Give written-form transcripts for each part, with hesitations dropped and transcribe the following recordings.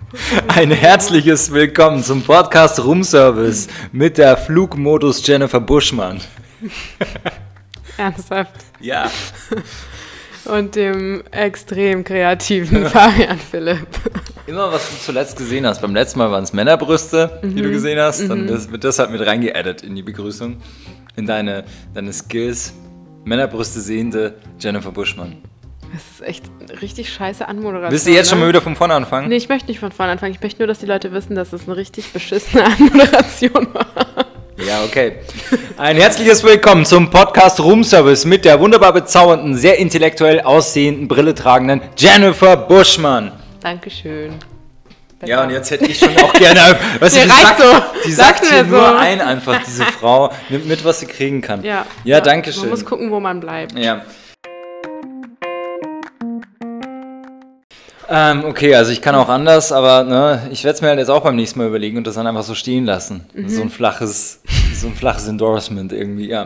Ein herzliches Willkommen zum Podcast Roomservice mit der Flugmodus Jennifer Buschmann. Ernsthaft? Ja. Und dem extrem kreativen Fabian Philipp. Immer, was du zuletzt gesehen hast. Beim letzten Mal waren es Männerbrüste, die du gesehen hast. Dann wird das halt mit reingeaddet in die Begrüßung. In deine Skills. Männerbrüste sehende Jennifer Buschmann. Das ist echt eine richtig scheiße Anmoderation. Willst du jetzt schon mal wieder von vorne anfangen? Nee, ich möchte nicht von vorne anfangen. Ich möchte nur, dass die Leute wissen, dass es eine richtig beschissene Anmoderation war. Ja, okay. Ein herzliches Willkommen zum Podcast Roomservice mit der wunderbar bezaubernden, sehr intellektuell aussehenden, Brille tragenden Jennifer Buschmann. Dankeschön. Ja, und jetzt hätte ich schon auch gerne... Weißt du, die sagt hier nur ein einfach, diese Frau. Nimmt mit, was sie kriegen kann. Ja, danke schön. Man muss gucken, wo man bleibt. Ja. Okay, also ich kann auch anders, aber ich werde es mir halt jetzt auch beim nächsten Mal überlegen und das dann einfach so stehen lassen. So ein flaches Endorsement irgendwie, ja.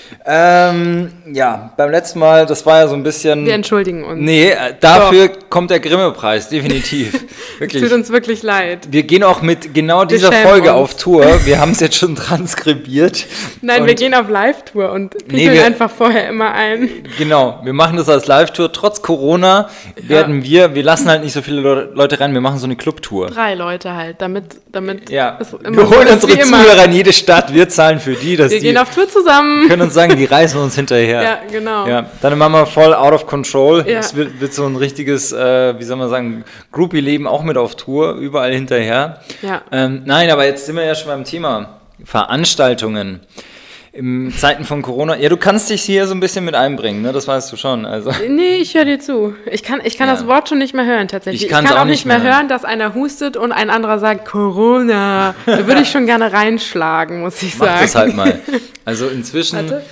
Ja, beim letzten Mal, das war ja so ein bisschen... Wir entschuldigen uns. Nee, dafür kommt der Grimme-Preis, definitiv. Wirklich. Es tut uns wirklich leid. Wir gehen auch mit genau dieser Folge auf Tour. Wir haben es jetzt schon transkribiert. Nein, wir gehen auf Live-Tour und pinkeln einfach vorher immer ein. Genau, wir machen das als Live-Tour. Trotz Corona werden wir lassen halt nicht so viele Leute rein, wir machen so eine Clubtour. 3 Leute halt, damit ja. es immer wir holen so unsere Zuhörer in jede Stadt, wir zahlen für die, dass wir gehen auf Tour zusammen. Können uns sagen, die reisen uns hinterher. Ja, genau. Ja, dann machen wir voll out of control. Ja. Es wird so ein richtiges, wie soll man sagen, Groupie-Leben auch mit auf Tour, überall hinterher. Ja. Nein, aber jetzt sind wir ja schon beim Thema Veranstaltungen. In Zeiten von Corona. Ja, du kannst dich hier so ein bisschen mit einbringen, ne? Das weißt du schon. Also. Nee, ich höre dir zu. Ich kann das Wort schon nicht mehr hören, tatsächlich. Ich kann auch nicht mehr hören, dass einer hustet und ein anderer sagt, Corona. Da würde ich schon gerne reinschlagen, muss ich sagen. Mach das halt mal. Also inzwischen... Warte.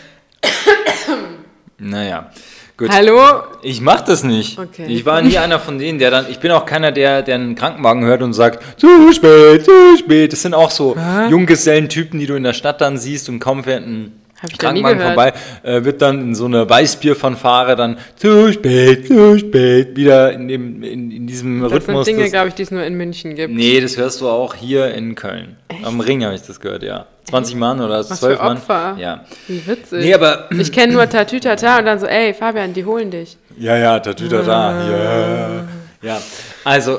Naja, gut. Hallo? Ich mach das nicht. Okay. Ich war nie einer von denen, ich bin auch keiner, der einen Krankenwagen hört und sagt, zu spät, zu spät. Das sind auch so Junggesellentypen, die du in der Stadt dann siehst und kaum fährt ein Krankenwagen vorbei, wird dann in so eine Weißbierfanfare dann zu spät, wieder in diesem Rhythmus. Das sind Dinge, glaube ich, die es nur in München gibt. Nee, das hörst du auch hier in Köln. Echt? Am Ring habe ich das gehört, ja. 20 Mann oder 12 Mann. Opfer. Ja. Wie witzig. Nee, aber ich kenne nur Tatütata und dann so, ey, Fabian, die holen dich. Ja, Tatütata. Ja. Also,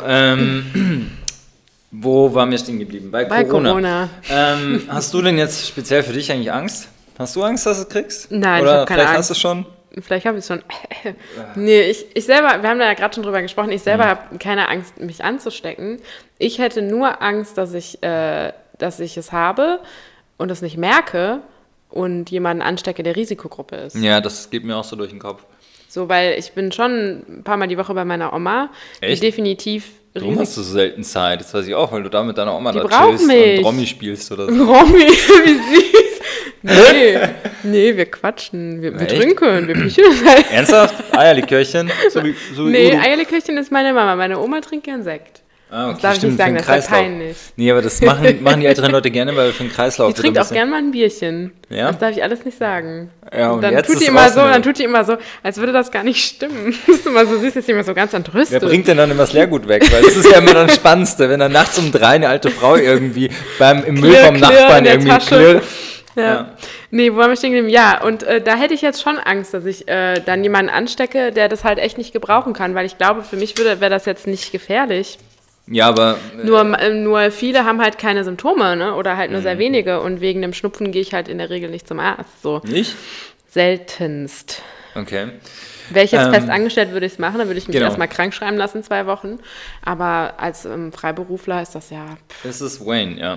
wo waren wir stehen geblieben? Bei Corona. Hast du denn jetzt speziell für dich eigentlich Angst? Hast du Angst, dass du es kriegst? Nein, oder ich habe keine Angst. Hast du schon? Vielleicht habe ich es schon. Nee, ich selber, wir haben da ja gerade schon drüber gesprochen, ich selber habe keine Angst, mich anzustecken. Ich hätte nur Angst, dass ich es habe und es nicht merke und jemanden anstecke, der Risikogruppe ist. Ja, das geht mir auch so durch den Kopf. So, weil ich bin schon ein paar Mal die Woche bei meiner Oma. Echt? Die definitiv... Warum hast du so selten Zeit? Das weiß ich auch, weil du da mit deiner Oma die da chillst und Romy spielst oder so. Romy, wie süß. Nee, wir quatschen, wir trinken, wir pischen. Ernsthaft? Eierlikörchen? Nee, Eierlikörchen ist meine Mama. Meine Oma trinkt gern Sekt. Ah, okay, das darf ich nicht sagen, das ist peinlich. Nee, aber das machen die älteren Leute gerne, weil für den Kreislauf... Die trinkt auch gern mal ein Bierchen. Ja? Das darf ich alles nicht sagen. Ja, und dann tut die immer so, als würde das gar nicht stimmen. Das ist immer so süß, dass sie immer so ganz entrüstet. Wer bringt denn dann immer das Leergut weg? Weil das ist ja immer das Spannendste, wenn dann nachts um 3 eine alte Frau irgendwie im Müll vom Nachbarn irgendwie klirrt. Ja. Nee, wo haben wir stehen geblieben? Ja, und da hätte ich jetzt schon Angst, dass ich dann jemanden anstecke, der das halt echt nicht gebrauchen kann, weil ich glaube, für mich wäre das jetzt nicht gefährlich. Ja, aber... Nur viele haben halt keine Symptome, ne? Oder halt nur sehr wenige. Und wegen dem Schnupfen gehe ich halt in der Regel nicht zum Arzt. So. Nicht? Seltenst. Okay. Wäre ich jetzt fest angestellt, würde ich es machen. Dann würde ich mich erstmal krank schreiben lassen, 2 Wochen. Aber als Freiberufler ist das ja... Das ist Wayne, ja.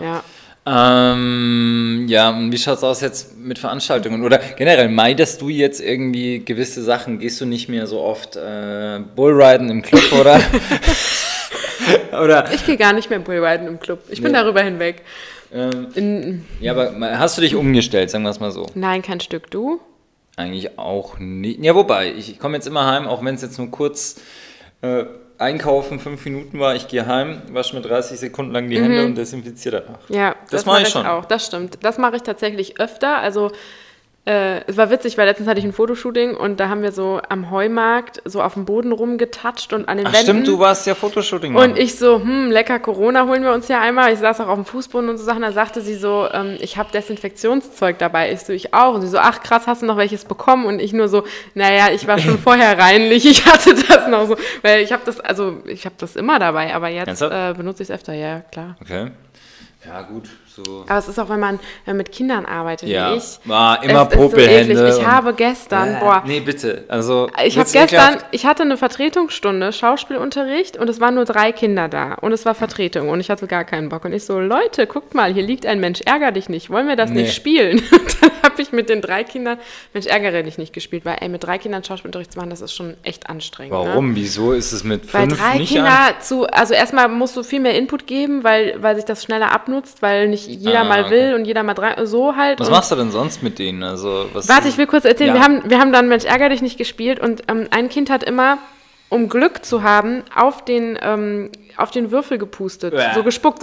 Ja. Ja, und wie schaut es aus jetzt mit Veranstaltungen? Oder generell, meidest du jetzt irgendwie gewisse Sachen? Gehst du nicht mehr so oft Bullriden im Club, oder? Oder? Ich gehe gar nicht mehr Bullriden im Club. Ich bin darüber hinweg. Ja, aber hast du dich umgestellt, sagen wir es mal so? Nein, kein Stück. Du? Eigentlich auch nicht. Ja, wobei, ich komme jetzt immer heim, auch wenn es jetzt nur kurz einkaufen 5 Minuten war. Ich gehe heim, wasche mir 30 Sekunden lang die Hände und desinfiziere danach. Ja, das mache ich schon. Auch. Das stimmt. Das mache ich tatsächlich öfter. Also Es war witzig, weil letztens hatte ich ein Fotoshooting und da haben wir so am Heumarkt so auf dem Boden rumgetatscht und an den Wänden. Stimmt, du warst ja Fotoshooting machen. Und ich so, lecker Corona holen wir uns ja einmal. Ich saß auch auf dem Fußboden und so Sachen. Da sagte sie so, ich habe Desinfektionszeug dabei. Ich so, ich auch. Und sie so, ach krass, hast du noch welches bekommen? Und ich nur so, naja, ich war schon vorher reinlich. Ich hatte das noch so. Weil ich habe das immer dabei. Aber jetzt benutze ich es öfter. Ja, klar. Okay. Ja, gut. So. Aber es ist auch, wenn man mit Kindern arbeitet, ja. wie ich. Immer Popelhände. So ich habe gestern, nee, bitte. Also, ich hatte eine Vertretungsstunde, Schauspielunterricht und es waren nur 3 Kinder da und es war Vertretung und ich hatte gar keinen Bock. Und ich so, Leute, guckt mal, hier liegt ein Mensch, ärger dich nicht, wollen wir das nicht spielen? Und dann habe ich mit den 3 Kindern Mensch, ärgere dich nicht gespielt, weil mit 3 Kindern Schauspielunterricht zu machen, das ist schon echt anstrengend. Warum? Ne? Wieso ist es mit 5 weil 3 nicht Kinder also erstmal musst du viel mehr Input geben, weil sich das schneller abnutzt, weil nicht jeder mal will und jeder mal 3, so halt. Was machst du denn sonst mit denen? Also, warte, ich will kurz erzählen. Ja. Wir haben dann Mensch, ärger dich nicht gespielt und ein Kind hat immer, um Glück zu haben, auf den Würfel gepustet, so gespuckt,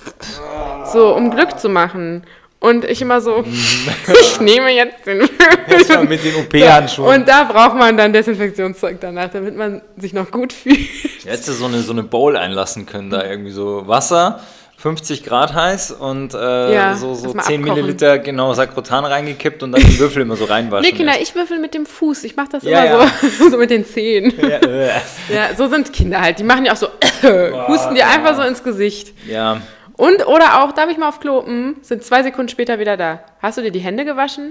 so um Glück zu machen. Und ich immer so, ich nehme jetzt den Würfel. Mit den OP-Handschuhen. Und da braucht man dann Desinfektionszeug danach, damit man sich noch gut fühlt. Hättest du so eine Bowl einlassen können, da irgendwie so Wasser, 50 Grad heiß und so 10 Milliliter Sakrotan reingekippt und dann die Würfel immer so reinwaschen. Nee, Kinder, ich würfel mit dem Fuß. Ich mache das immer so mit den Zehen. Ja, so sind Kinder halt. Die machen ja auch so, husten dir einfach so ins Gesicht. Ja. Oder auch, darf ich mal auf Klo? Sind 2 Sekunden später wieder da. Hast du dir die Hände gewaschen?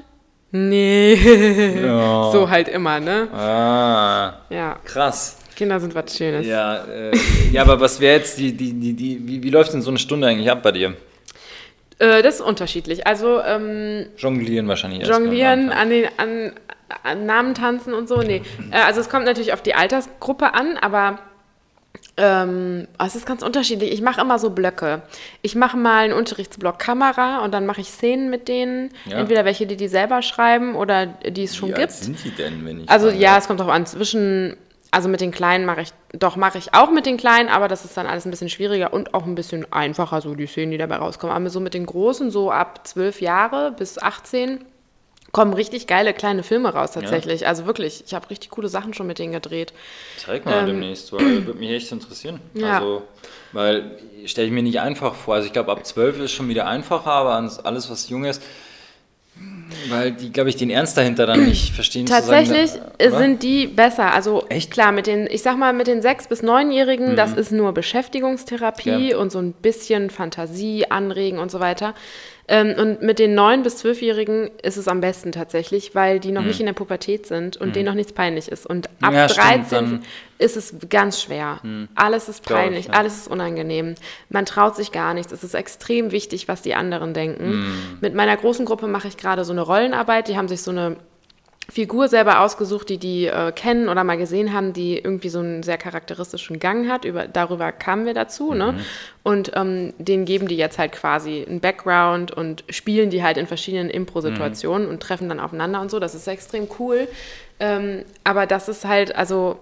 Nee. Ja. So halt immer, ne? Ja. Krass. Kinder sind was Schönes. Ja, aber was wäre jetzt wie läuft denn so eine Stunde eigentlich ab bei dir? Das ist unterschiedlich. Also Jonglieren wahrscheinlich. Jonglieren, an Namen tanzen und so. Nee. Also es kommt natürlich auf die Altersgruppe an, aber es ist ganz unterschiedlich. Ich mache immer so Blöcke. Ich mache mal einen Unterrichtsblock Kamera und dann mache ich Szenen mit denen. Ja. Entweder welche, die selber schreiben oder die es schon gibt. Wie alt sind die denn, wenn ich es kommt drauf an. Also mit den Kleinen mache ich auch mit den Kleinen, aber das ist dann alles ein bisschen schwieriger und auch ein bisschen einfacher, so die Szenen, die dabei rauskommen. Aber so mit den Großen, so ab 12 Jahre bis 18, kommen richtig geile kleine Filme raus tatsächlich. Ja. Also wirklich, ich habe richtig coole Sachen schon mit denen gedreht. Zeig mal demnächst, weil würde mich echt interessieren. Ja. Also, weil stelle ich mir nicht einfach vor. Also ich glaube, ab 12 ist schon wieder einfacher, aber alles, was jung ist, weil die, glaube ich, den Ernst dahinter dann nicht verstehen. Tatsächlich sind die besser. Also echt? Klar, mit den 6- bis 9-Jährigen, das ist nur Beschäftigungstherapie und so ein bisschen Fantasie anregen und so weiter. Und mit den 9- bis 12-Jährigen ist es am besten tatsächlich, weil die noch nicht in der Pubertät sind und denen noch nichts peinlich ist. Und ab 13 ist es ganz schwer. Alles ist peinlich, alles ist unangenehm. Man traut sich gar nichts. Es ist extrem wichtig, was die anderen denken. Mit meiner großen Gruppe mache ich gerade so eine Rollenarbeit. Die haben sich so eine Figur selber ausgesucht, die kennen oder mal gesehen haben, die irgendwie so einen sehr charakteristischen Gang hat. Darüber kamen wir dazu, ne? Und denen geben die jetzt halt quasi einen Background und spielen die halt in verschiedenen Impro-Situationen und treffen dann aufeinander und so. Das ist extrem cool. Aber das ist halt, also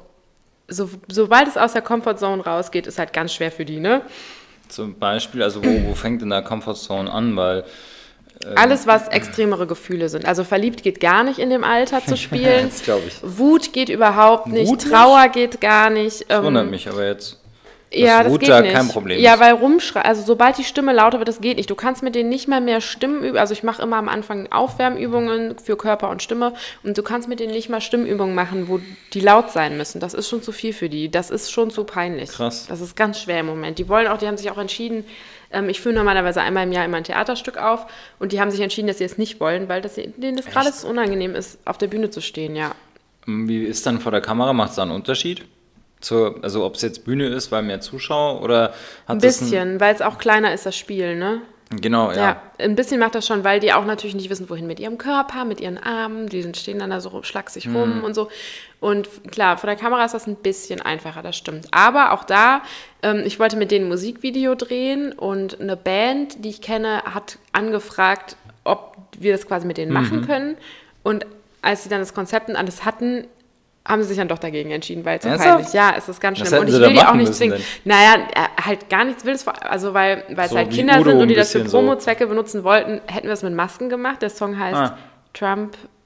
sobald es aus der Comfortzone rausgeht, ist halt ganz schwer für die, ne? Zum Beispiel, also wo fängt denn der Comfortzone an? Weil alles, was extremere Gefühle sind. Also verliebt geht gar nicht in dem Alter zu spielen. Das glaube ich. Wut geht überhaupt nicht. Wut Trauer geht gar nicht. Das wundert mich aber jetzt. Ja, das Wut geht da nicht. Kein Problem ja, weil also sobald die Stimme lauter wird, das geht nicht. Du kannst mit denen nicht mal mehr Stimmenübungen, also ich mache immer am Anfang Aufwärmübungen für Körper und Stimme und du kannst mit denen nicht mal Stimmübungen machen, wo die laut sein müssen. Das ist schon zu viel für die. Das ist schon zu peinlich. Krass. Das ist ganz schwer im Moment. Die haben sich auch entschieden, ich führe normalerweise einmal im Jahr immer ein Theaterstück auf und die haben sich entschieden, dass sie es nicht wollen, weil denen das gerade so unangenehm ist, auf der Bühne zu stehen, ja. Wie ist dann vor der Kamera? Macht es da einen Unterschied? Also ob es jetzt Bühne ist, weil mehr Zuschauer oder hat ein bisschen, weil es auch kleiner ist, das Spiel, ne? Genau, ja. Ein bisschen macht das schon, weil die auch natürlich nicht wissen, wohin mit ihrem Körper, mit ihren Armen, die stehen dann da so schlaksig rum und so. Und klar, vor der Kamera ist das ein bisschen einfacher, das stimmt. Aber auch da, ich wollte mit denen ein Musikvideo drehen und eine Band, die ich kenne, hat angefragt, ob wir das quasi mit denen machen können. Und als sie dann das Konzept und alles hatten, haben sie sich dann doch dagegen entschieden, weil es so peinlich. Ja, es ist ganz schlimm. Und ich will die auch nicht zwingen. Naja, halt gar nichts Wildes, also weil es so halt Kinder sind und die das für Promo-Zwecke benutzen wollten, hätten wir es mit Masken gemacht. Der Song heißt Trump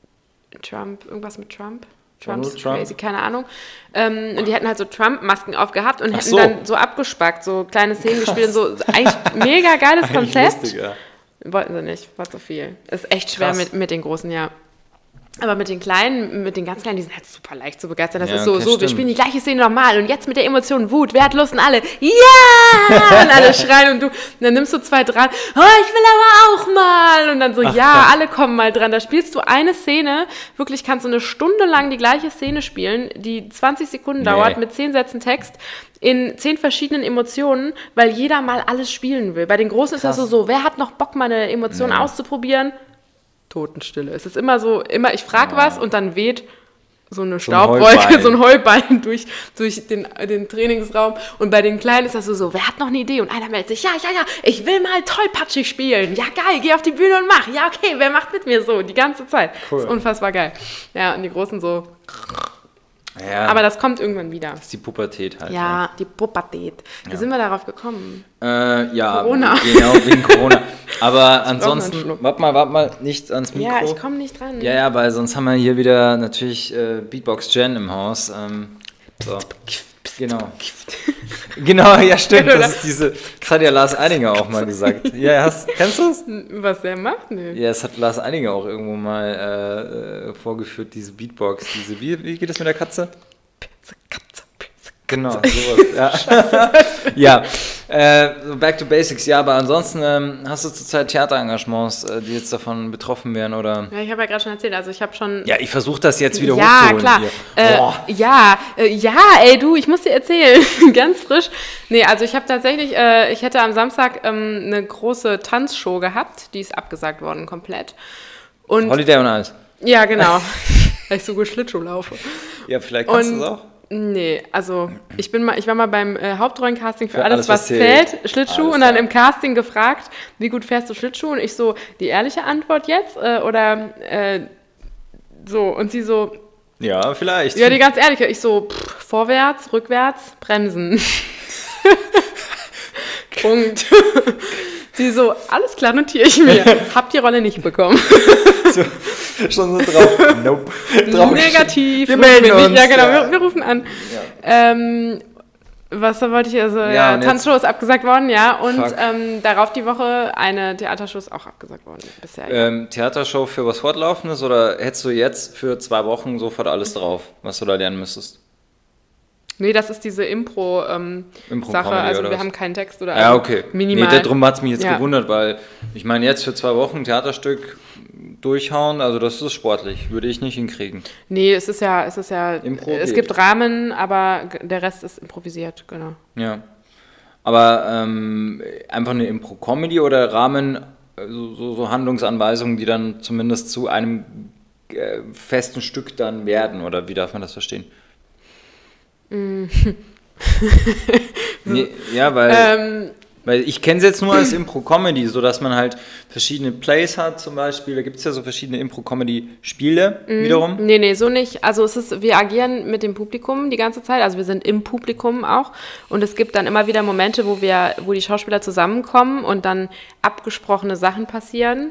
irgendwas mit Trump. Trump's crazy, keine Ahnung. Und die hätten halt so Trump-Masken aufgehabt und hätten dann so abgespackt, so kleine Szenen gespielt und so. Eigentlich mega geiles Konzept. Lustig, ja. Wollten sie nicht, war zu viel. Ist echt schwer mit den Großen, ja. Aber mit den Kleinen, mit den ganz Kleinen, die sind halt super leicht zu begeistern. Das ist so, wir spielen die gleiche Szene nochmal und jetzt mit der Emotion Wut, wer hat Lust und alle, ja! Und alle schreien und dann nimmst du 2 dran, oh, ich will aber auch mal. Und dann so, alle kommen mal dran. Da spielst du eine Szene, wirklich kannst du eine Stunde lang die gleiche Szene spielen, die 20 Sekunden dauert, mit 10 Sätzen Text, in 10 verschiedenen Emotionen, weil jeder mal alles spielen will. Bei den Großen ist das so, wer hat noch Bock, mal eine Emotion auszuprobieren? Totenstille. Es ist immer so, ich frage was und dann weht so eine Staubwolke, so ein Heulbein durch den Trainingsraum. Und bei den Kleinen ist das so, wer hat noch eine Idee? Und einer meldet sich, ja, ich will mal tollpatschig spielen. Ja, geil, geh auf die Bühne und mach. Ja, okay, wer macht mit mir so? Die ganze Zeit. Cool. Das ist unfassbar geil. Ja, und die Großen so... Ja, aber das kommt irgendwann wieder. Das ist die Pubertät halt. Ja, ne? Die Pubertät. Wie sind wir darauf gekommen? Corona. Genau, wegen Corona. Aber ansonsten, warte mal, nicht ans Mikro. Ja, ich komme nicht dran. Ja, weil sonst haben wir hier wieder natürlich Beatbox Jen im Haus. So. Genau. Genau, ja stimmt, das hat ja Lars Eidinger auch mal gesagt. Ja, kennst du es? Was der macht? Nee. Ja, es hat Lars Eidinger auch irgendwo mal vorgeführt, diese Beatbox, wie geht es mit der Katze? Katze. Genau, sowas, ja. Back to Basics, ja, aber ansonsten hast du zurzeit Theaterengagements, die jetzt davon betroffen wären, oder? Ja, ich habe ja gerade schon erzählt, also ich habe schon... Ja, ich versuche das jetzt wieder hochzuholen. Ja, klar. Ey, du, ich muss dir erzählen, ganz frisch. Nee, also ich habe tatsächlich, ich hätte am Samstag eine große Tanzshow gehabt, die ist abgesagt worden, komplett. Und Holiday on Ice. Ja, genau, weil ich so gut Schlittschuh laufe. Ja, vielleicht kannst du es auch. Nee, also ich war mal beim Hauptrollencasting für alles, was zählt, Schlittschuh, und dann im Casting gefragt, wie gut fährst du Schlittschuh? Und ich so, die ehrliche Antwort jetzt? Oder so, und sie so... Ja, vielleicht. Ja, die ganz ehrliche. Ich so, vorwärts, rückwärts, bremsen. Punkt. Sie so, alles klar, notiere ich mir. Hab die Rolle nicht bekommen. So, schon so drauf. Nope. Negativ. Wir melden uns. Ja, genau, wir rufen an. Ja. Was wollte ich, also Tanzshow ist abgesagt worden, ja, und darauf die Woche eine Theatershow ist auch abgesagt worden bisher. Ja. Theatershow für was Fortlaufendes oder hättest du jetzt für 2 Wochen sofort alles drauf, was du da lernen müsstest? Nee, das ist diese Impro-Sache, also wir haben keinen Text oder ja, okay. Minimal. Nee, darum hat es mich jetzt gewundert, weil ich meine, jetzt für 2 Wochen Theaterstück durchhauen, also das ist sportlich, würde ich nicht hinkriegen. Nee, es gibt Rahmen, aber der Rest ist improvisiert, genau. Ja, aber einfach eine Impro-Comedy oder Rahmen, so Handlungsanweisungen, die dann zumindest zu einem festen Stück dann werden, oder wie darf man das verstehen? Nee, ja, weil ich kenne es jetzt nur als Impro-Comedy, so dass man halt verschiedene Plays hat zum Beispiel, da gibt es ja so verschiedene Impro-Comedy-Spiele wiederum. Nee, so nicht, also wir agieren mit dem Publikum die ganze Zeit, also wir sind im Publikum auch, und es gibt dann immer wieder Momente, wo die Schauspieler zusammenkommen und dann abgesprochene Sachen passieren,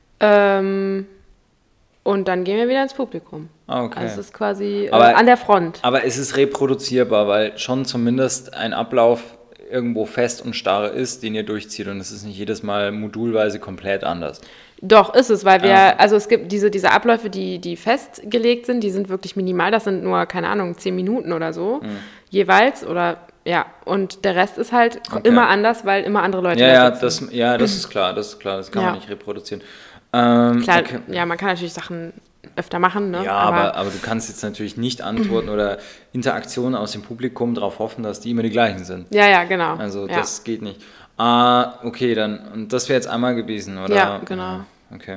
und dann gehen wir wieder ins Publikum. Okay. Also es ist quasi an der Front. Aber es ist reproduzierbar, weil schon zumindest ein Ablauf irgendwo fest und starr ist, den ihr durchzieht, und es ist nicht jedes Mal modulweise komplett anders. Doch, ist es, weil also es gibt diese Abläufe, die festgelegt sind, die sind wirklich minimal, das sind nur, keine Ahnung, 10 Minuten oder so, jeweils, oder, ja, und der Rest ist halt immer anders, weil immer andere Leute sitzen. Das ist klar, das kann man nicht reproduzieren. Klar, ja, man kann natürlich Sachen öfter machen, ne? Ja, aber du kannst jetzt natürlich nicht antworten oder Interaktionen aus dem Publikum darauf hoffen, dass die immer die gleichen sind. Ja, genau. Also das geht nicht. Okay, dann, und das wäre jetzt einmal gewesen, oder? Ja, genau. Okay.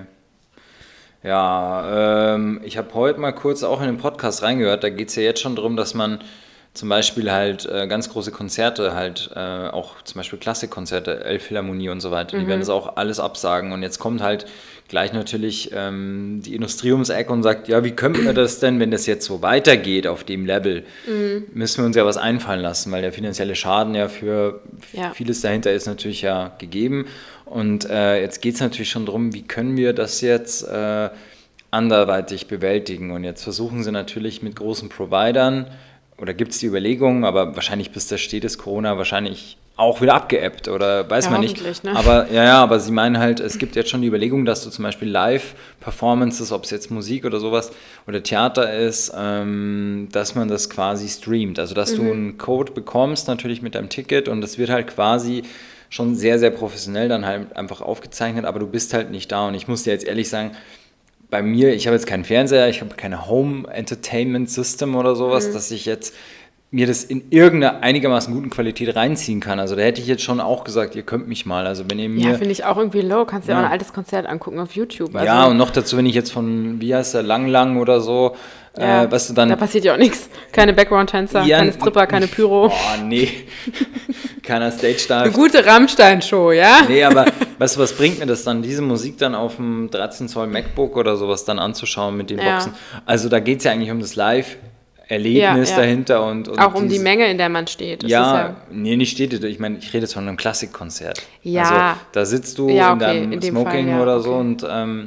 Ja, ich habe heute mal kurz auch in den Podcast reingehört, da geht es ja jetzt schon darum, dass man zum Beispiel halt ganz große Konzerte halt, auch zum Beispiel Klassikkonzerte, Elbphilharmonie und so weiter, die werden das auch alles absagen, und jetzt kommt halt gleich natürlich die Industrie ums Eck und sagt, ja, wie könnten wir das denn, wenn das jetzt so weitergeht auf dem Level, müssen wir uns ja was einfallen lassen, weil der finanzielle Schaden ja für vieles dahinter ist natürlich ja gegeben, und jetzt geht es natürlich schon darum, wie können wir das jetzt anderweitig bewältigen. Und jetzt versuchen sie natürlich mit großen Providern, oder gibt es die Überlegungen, aber wahrscheinlich bis das steht, ist Corona wahrscheinlich auch wieder abgeebbt oder weiß man nicht. Ne? Aber sie meinen halt, es gibt jetzt schon die Überlegung, dass du zum Beispiel Live-Performances, ob es jetzt Musik oder sowas oder Theater ist, dass man das quasi streamt. Also dass du einen Code bekommst natürlich mit deinem Ticket und das wird halt quasi schon sehr, sehr professionell dann halt einfach aufgezeichnet, aber du bist halt nicht da. Und ich muss dir jetzt ehrlich sagen, bei mir, ich habe jetzt keinen Fernseher, ich habe keine Home Entertainment System oder sowas, dass ich jetzt mir das in irgendeiner einigermaßen guten Qualität reinziehen kann. Also da hätte ich jetzt schon auch gesagt, ihr könnt mich mal. Also wenn ihr mir... Ja, finde ich auch irgendwie low. Kannst dir auch ein altes Konzert angucken auf YouTube. Also ja, und noch dazu, wenn ich jetzt von, wie heißt der, Lang oder so, weißt du, dann... Da passiert ja auch nichts. Keine Background-Tänzer, keine Stripper, keine Pyro. Oh, nee. Keiner Stage-Dive. Eine gute Rammstein-Show, ja? Nee, aber weißt du, was bringt mir das dann, diese Musik dann auf dem 13 Zoll MacBook oder sowas dann anzuschauen mit den Boxen? Also da geht es ja eigentlich um das Live-Erlebnis dahinter und auch um die Menge, in der man steht. Das nee, nicht steht. Ich meine, ich rede jetzt von einem Klassikkonzert. Ja. Also da sitzt du in deinem Smoking Fall, oder so und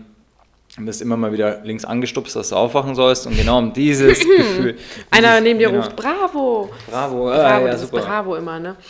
bist immer mal wieder links angestupst, dass du aufwachen sollst und genau um dieses Gefühl. Einer neben dir ruft, Bravo! Bravo, das super. Ist Bravo immer, ne?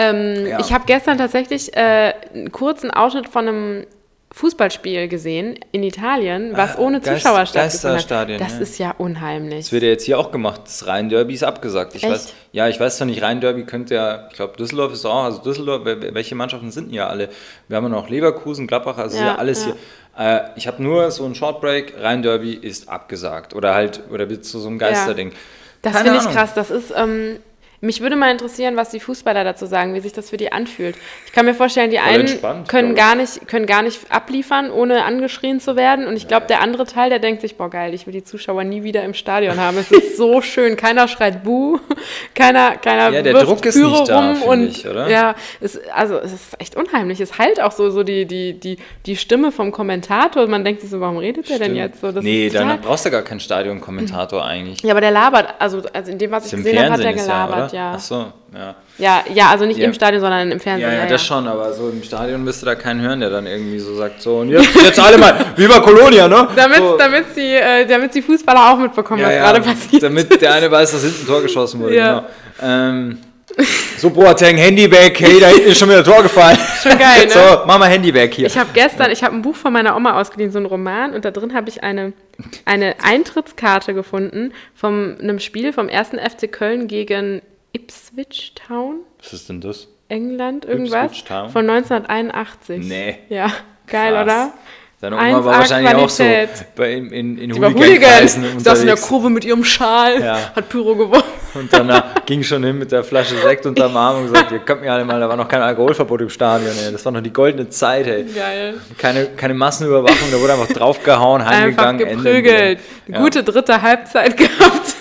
Ich habe gestern tatsächlich einen kurzen Ausschnitt von einem Fußballspiel gesehen in Italien, was ohne Zuschauer stattgefunden hat. Das ist ja unheimlich. Das wird ja jetzt hier auch gemacht. Das Rhein-Derby ist abgesagt. Ich weiß zwar nicht, Rhein-Derby könnte ja, ich glaube Düsseldorf ist auch, also Düsseldorf, welche Mannschaften sind denn ja alle? Wir haben ja noch Leverkusen, Gladbach, also ja alles hier. Ich habe nur so einen Shortbreak, Rhein-Derby ist abgesagt oder wird zu so einem Geisterding. Das finde ich krass, das ist... Mich würde mal interessieren, was die Fußballer dazu sagen, wie sich das für die anfühlt. Ich kann mir vorstellen, die einen können gar nicht abliefern, ohne angeschrien zu werden. Und ich glaube, der andere Teil, der denkt sich, boah geil, ich will die Zuschauer nie wieder im Stadion haben. Es ist so schön. Keiner schreit Buh, keiner der wirft Druck ist Pyro nicht da, rum. Ich, oder? Ja, es ist echt unheimlich. Es halt auch so die Stimme vom Kommentator. Man denkt sich so, warum redet der denn jetzt so? Dann brauchst du gar keinen Stadionkommentator eigentlich. Ja, aber der labert, also in dem, was ich gesehen habe, hat der gelabert. Ja. Ach so, ja. Ja, also nicht im Stadion, sondern im Fernsehen. Ja, das schon, aber so im Stadion wirst du da keinen hören, der dann irgendwie so sagt, so, und jetzt alle mal, Viva Colonia, ne? Damit die Fußballer auch mitbekommen, was gerade passiert. Damit der eine weiß, dass hinten ein Tor geschossen wurde, genau. So, Boateng, Handy weg, hey, da hinten ist schon wieder ein Tor gefallen. Schon geil, ne? So, mach mal Handy weg hier. Ich habe ein Buch von meiner Oma ausgeliehen, so ein Roman, und da drin habe ich eine Eintrittskarte gefunden von einem Spiel vom 1. FC Köln gegen Ipswich Town. Was ist denn das? England, irgendwas. Ipswich Town? Von 1981. Nee. Ja, geil, krass. Oder? Deine Oma war wahrscheinlich Qualität. Auch so in Hooligan-Kreisen unterwegs. Saß in der Kurve mit ihrem Schal, hat Pyro gewonnen. Und danach ging schon hin mit der Flasche Sekt unterm Arm und gesagt, ihr kommt mir alle mal, da war noch kein Alkoholverbot im Stadion, ey. Das war noch die goldene Zeit, ey. Geil. Keine Massenüberwachung, da wurde einfach draufgehauen, heimgegangen, einfach geprügelt. Eine gute dritte Halbzeit gehabt.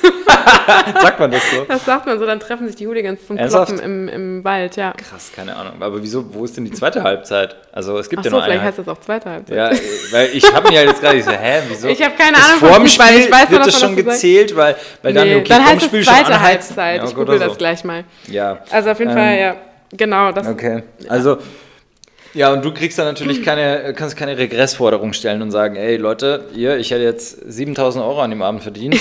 Sagt man das so? Das sagt man so, dann treffen sich die Hooligans zum Kloppen im Wald, ja. Krass, keine Ahnung. Aber wieso, wo ist denn die zweite Halbzeit? Also es gibt ja noch eine. Vielleicht heißt das auch zweite Halbzeit. Ja, weil ich habe mir ja jetzt gerade gesagt, wieso? Ich habe keine Ahnung von Fußball. Ich weiß, wird das schon gezählt, weil dann dann heißt es zweite Halbzeit. Ja, ich google das gleich mal. Ja. Also auf jeden Fall, ja, genau. Das, okay, also... Ja, und du kriegst dann natürlich kannst keine Regressforderung stellen und sagen, ey Leute, ich hätte jetzt 7.000 € an dem Abend verdient,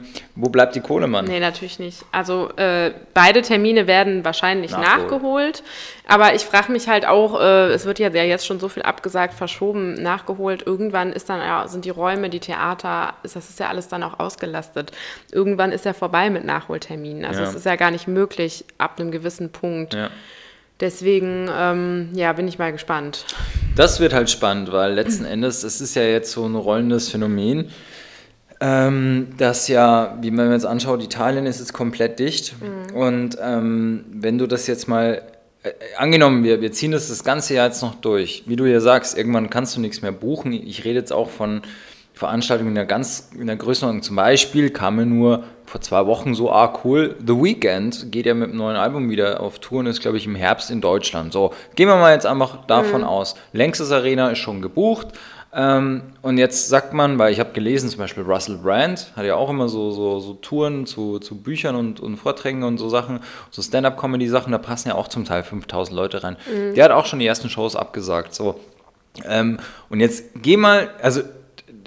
wo bleibt die Kohle, Mann? Nee, natürlich nicht. Also beide Termine werden wahrscheinlich nachgeholt, aber ich frage mich halt auch, es wird ja jetzt schon so viel abgesagt, verschoben, nachgeholt, irgendwann sind die Räume, die Theater, das ist ja alles dann auch ausgelastet. Irgendwann ist ja vorbei mit Nachholterminen, also es ist ja gar nicht möglich ab einem gewissen Punkt. Ja. Deswegen, bin ich mal gespannt. Das wird halt spannend, weil letzten Endes, es ist ja jetzt so ein rollendes Phänomen, dass ja, wie man jetzt anschaut, Italien ist jetzt komplett dicht. Und wenn du das jetzt mal, angenommen, wir ziehen das ganze Jahr jetzt noch durch, wie du ja sagst, irgendwann kannst du nichts mehr buchen. Ich rede jetzt auch von Veranstaltungen in der Größenordnung. Zum Beispiel kam mir nur vor 2 Wochen so, cool, The Weeknd geht ja mit einem neuen Album wieder auf Tour und ist, glaube ich, im Herbst in Deutschland. So, gehen wir mal jetzt einfach davon aus. Längstes Arena ist schon gebucht. Und jetzt sagt man, weil ich habe gelesen, zum Beispiel Russell Brand hat ja auch immer so Touren zu Büchern und Vorträgen und so Sachen, so Stand-Up-Comedy-Sachen, da passen ja auch zum Teil 5.000 Leute rein. Der hat auch schon die ersten Shows abgesagt. So. Und jetzt geh mal, also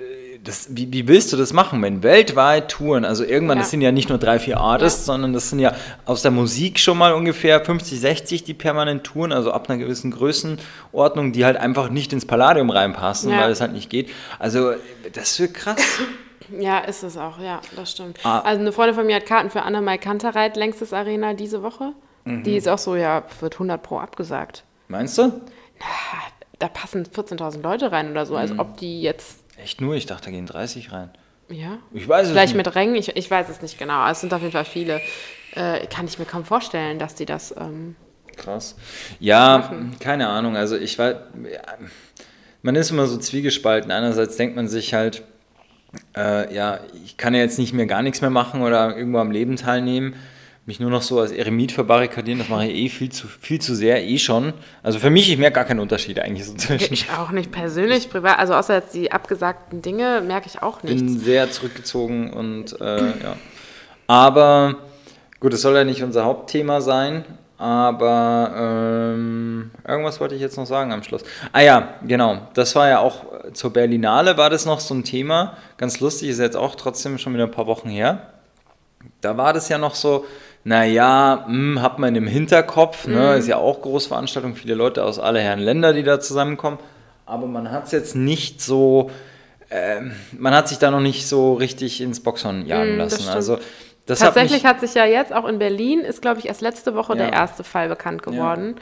wie willst du das machen, wenn weltweit Touren, also irgendwann, das sind ja nicht nur 3, 4 Artists, sondern das sind ja aus der Musik schon mal ungefähr 50, 60, die permanent touren, also ab einer gewissen Größenordnung, die halt einfach nicht ins Palladium reinpassen, weil es halt nicht geht. Also das wird krass. Ja, ist es auch, ja, das stimmt. Also eine Freundin von mir hat Karten für Anna-Mai Kantereit, längstes Arena diese Woche. Die ist auch so, wird 100% abgesagt. Meinst du? Da passen 14.000 Leute rein oder so, als ob die jetzt... Echt nur? Ich dachte, da gehen 30 rein. Ja? Ich weiß es Vielleicht nicht. mit Rängen, ich weiß es nicht genau. Es sind auf jeden Fall viele. Kann ich mir kaum vorstellen, dass die das krass. Ja, machen. Keine Ahnung. Also man ist immer so zwiegespalten. Einerseits denkt man sich halt, ich kann ja jetzt nicht mehr gar nichts mehr machen oder irgendwo am Leben teilnehmen. Mich nur noch so als Eremit verbarrikadieren, das mache ich viel zu sehr, schon. Also für mich, ich merke gar keinen Unterschied eigentlich so zwischen. Ich auch nicht persönlich, privat, also außer jetzt die abgesagten Dinge, merke ich auch nichts. Bin sehr zurückgezogen und Aber gut, es soll ja nicht unser Hauptthema sein, aber irgendwas wollte ich jetzt noch sagen am Schluss. Ja, genau, das war ja auch zur Berlinale war das noch so ein Thema, ganz lustig, ist jetzt auch trotzdem schon wieder ein paar Wochen her. Da war das ja noch so, hat man im Hinterkopf, ne, ist ja auch Großveranstaltung, viele Leute aus aller Herren Länder, die da zusammenkommen, aber man hat es jetzt nicht so, man hat sich da noch nicht so richtig ins Boxhorn jagen lassen. Also tatsächlich hat sich ja jetzt auch in Berlin, ist glaube ich erst letzte Woche der erste Fall bekannt geworden.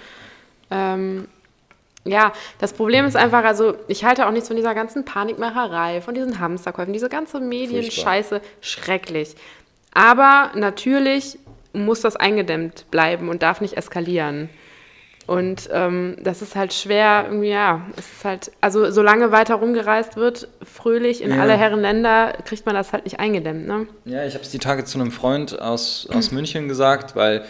Das Problem ist einfach, also ich halte auch nichts von dieser ganzen Panikmacherei, von diesen Hamsterkäufen, diese ganze Medienscheiße, schrecklich. Aber natürlich muss das eingedämmt bleiben und darf nicht eskalieren. Und das ist halt schwer, irgendwie, es ist halt, also solange weiter rumgereist wird, fröhlich in alle Herren Länder, kriegt man das halt nicht eingedämmt, ne? Ja, ich habe es die Tage zu einem Freund aus München gesagt, weil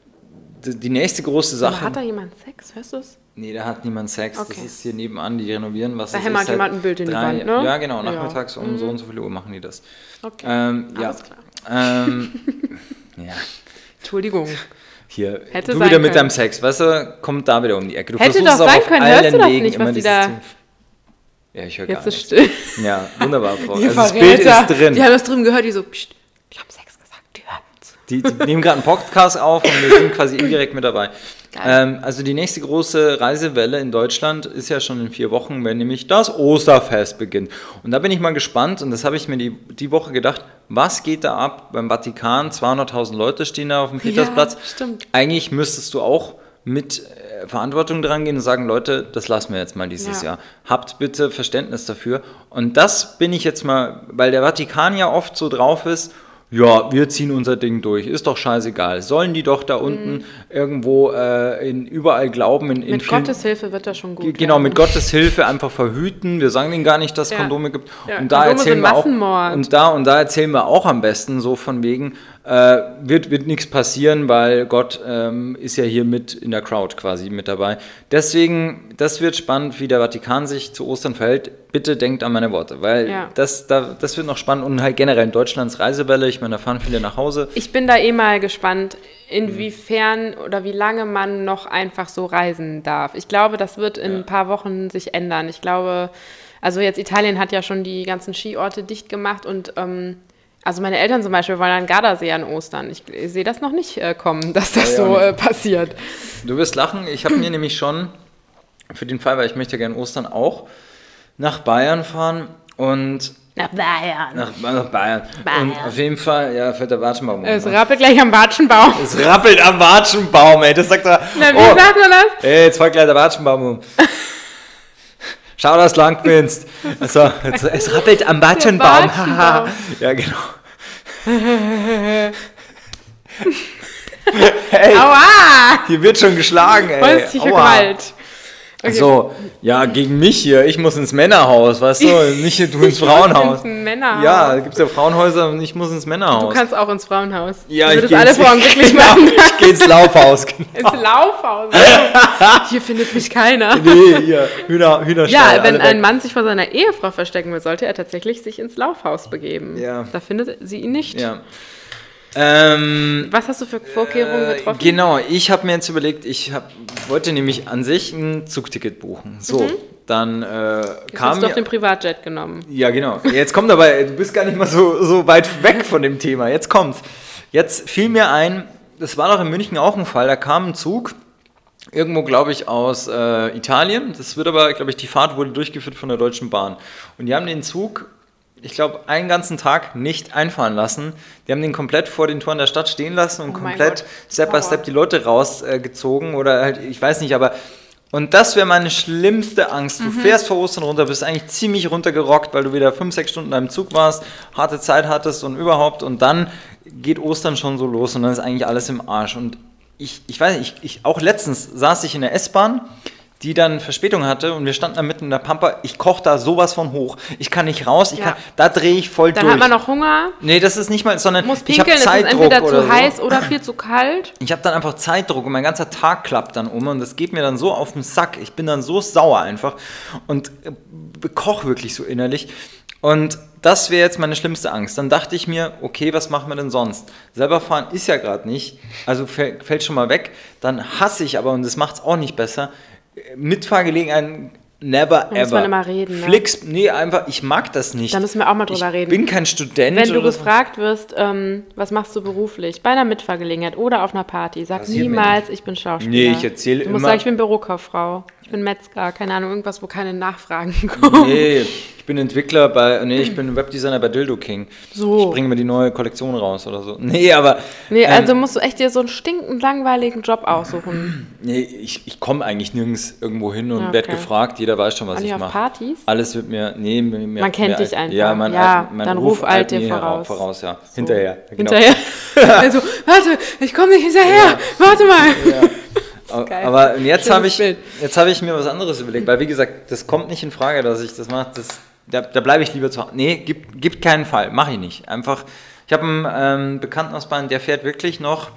die nächste große Sache... Aber hat da jemand Sex, hörst du es? Nee, da hat niemand Sex, das ist hier nebenan, die renovieren was. Da hämmert jemand ein Bild in die Wand, ne? Ja, genau, nachmittags um so und so viel Uhr machen die das. Okay, alles klar. Entschuldigung. Hier, hätte du wieder mit deinem Sex, weißt du, kommt da wieder um die Ecke. Du hätte doch sein können, hörst du das nicht, was die da... Ja, ich höre gar nichts. Jetzt ist still. Ja, wunderbar, Frau. Also das Bild ist drin. Die haben das drüben gehört, die so, pst, ich habe Sex gesagt, die hören uns. Die nehmen gerade einen Podcast auf und wir sind quasi indirekt mit dabei. Also die nächste große Reisewelle in Deutschland ist ja schon in 4 Wochen, wenn nämlich das Osterfest beginnt. Und da bin ich mal gespannt und das habe ich mir die Woche gedacht, was geht da ab beim Vatikan? 200.000 Leute stehen da auf dem Petersplatz. Ja, stimmt. Eigentlich müsstest du auch mit Verantwortung dran gehen und sagen, Leute, das lassen wir jetzt mal dieses Jahr. Habt bitte Verständnis dafür. Und das bin ich jetzt mal, weil der Vatikan ja oft so drauf ist, ja, wir ziehen unser Ding durch, ist doch scheißegal. Sollen die doch da unten irgendwo überall glauben. Mit Gottes Hilfe wird das schon gut. Genau, mit Gottes Hilfe einfach verhüten. Wir sagen denen gar nicht, dass es Kondome gibt. Ja, und da erzählen wir auch, und da erzählen wir auch am besten so von wegen, wird nichts passieren, weil Gott ist ja hier mit in der Crowd quasi mit dabei. Deswegen, das wird spannend, wie der Vatikan sich zu Ostern verhält. Bitte denkt an meine Worte, weil das wird noch spannend und halt generell in Deutschlands Reisewelle, ich meine, da fahren viele nach Hause. Ich bin da mal gespannt, inwiefern oder wie lange man noch einfach so reisen darf. Ich glaube, das wird in ein paar Wochen sich ändern. Ich glaube, also jetzt Italien hat ja schon die ganzen Skiorte dicht gemacht und also meine Eltern zum Beispiel wollen an Gardasee an Ostern. Ich sehe das noch nicht kommen, dass das passiert. Du wirst lachen. Ich habe mir nämlich schon für den Fall, weil ich möchte gerne Ostern auch nach Bayern fahren und... Nach Bayern. Nach Bayern. Und auf jeden Fall, fällt der Watschenbaum um. Es rappelt gleich am Watschenbaum. Es rappelt am Watschenbaum, ey. Das sagt er... Na, wie sagt man das? Ey, jetzt fällt gleich der Watschenbaum um. Schau, das Langwinst. Also, es rappelt am Watschenbaum. Ja, genau. Hey, aua! Hier wird schon geschlagen, ey. Häusliche Gewalt. Okay. So, gegen mich hier. Ich muss ins Männerhaus, weißt du? Nicht du ins Frauenhaus. Ins Männerhaus. Ja, da gibt es ja Frauenhäuser und ich muss ins Männerhaus. Du kannst auch ins Frauenhaus. Ja, ich würde alle Frauen glücklich machen. Ich gehe ins Laufhaus. Genau. Ins Laufhaus. Hier findet mich keiner. Nee, hier, Hühnerstall. Ja, wenn ein Mann sich vor seiner Ehefrau verstecken will, sollte er tatsächlich sich ins Laufhaus begeben. Ja. Da findet sie ihn nicht. Ja. Was hast du für Vorkehrungen getroffen? Genau, ich habe mir jetzt überlegt, wollte nämlich an sich ein Zugticket buchen. So, dann kam... Du hast doch den Privatjet genommen. Ja, genau. Jetzt kommt aber, du bist gar nicht mal so weit weg von dem Thema. Jetzt kommt's. Jetzt fiel mir ein, das war doch in München auch ein Fall, da kam ein Zug, irgendwo, glaube ich, aus Italien. Das wird aber, glaube ich, die Fahrt wurde durchgeführt von der Deutschen Bahn. Und die haben den Zug, ich glaube, einen ganzen Tag nicht einfahren lassen. Die haben den komplett vor den Toren der Stadt stehen lassen und komplett Step by Step die Leute rausgezogen oder halt, ich weiß nicht, aber... Und das wäre meine schlimmste Angst. Du fährst vor Ostern runter, bist eigentlich ziemlich runtergerockt, weil du wieder 5-6 Stunden in einem Zug warst, harte Zeit hattest und überhaupt. Und dann geht Ostern schon so los und dann ist eigentlich alles im Arsch. Und ich weiß nicht, auch letztens saß ich in der S-Bahn, die dann Verspätung hatte und wir standen da mitten in der Pampa. Ich koche da sowas von hoch. Ich kann nicht raus, da drehe ich voll dann durch. Dann hat man noch Hunger. Nee, das ist nicht mal, sondern muss pinkeln, ich habe Zeitdruck ist entweder oder zu heiß oder viel zu kalt. Ich habe dann einfach Zeitdruck und mein ganzer Tag klappt dann um und das geht mir dann so auf den Sack. Ich bin dann so sauer einfach und koche wirklich so innerlich. Und das wäre jetzt meine schlimmste Angst. Dann dachte ich mir, okay, was machen wir denn sonst? Selber fahren ist ja gerade nicht, also fällt schon mal weg. Dann hasse ich aber, und das macht es auch nicht besser, Mitfahrgelegenheiten, never ever. Muss man immer reden, ne? Flix, nee, einfach, ich mag das nicht. Da müssen wir auch mal drüber reden. Ich bin kein Student. Wenn du gefragt wirst, was machst du beruflich, bei einer Mitfahrgelegenheit oder auf einer Party, sag niemals, ich bin Schauspieler. Nee, ich erzähle immer. Du musst sagen, ich bin Bürokauffrau, ich bin Metzger, keine Ahnung, irgendwas, wo keine Nachfragen kommen. Nee, ich bin Entwickler ich bin Webdesigner bei Dildo King. So. Ich bringe mir die neue Kollektion raus oder so. Nee, aber... Nee, also musst du echt dir so einen stinkend langweiligen Job aussuchen. Nee, ich komme eigentlich nirgends irgendwo hin und werde gefragt. Jeder weiß schon, was ich mache. Auf Partys? Alles wird mir... Nee, man kennt dich einfach. Ja, mein dann Ruf eilt dir voraus. Ja. So. Hinterher. Genau. Also, warte, ich komme nicht hinterher. Warte mal. Ja. Aber jetzt habe ich mir was anderes überlegt, weil wie gesagt, das kommt nicht in Frage, dass ich das mache. Da bleibe ich lieber zu Hause. Nee, gibt keinen Fall, mache ich nicht. Einfach, ich habe einen Bekannten aus Bayern, der fährt wirklich noch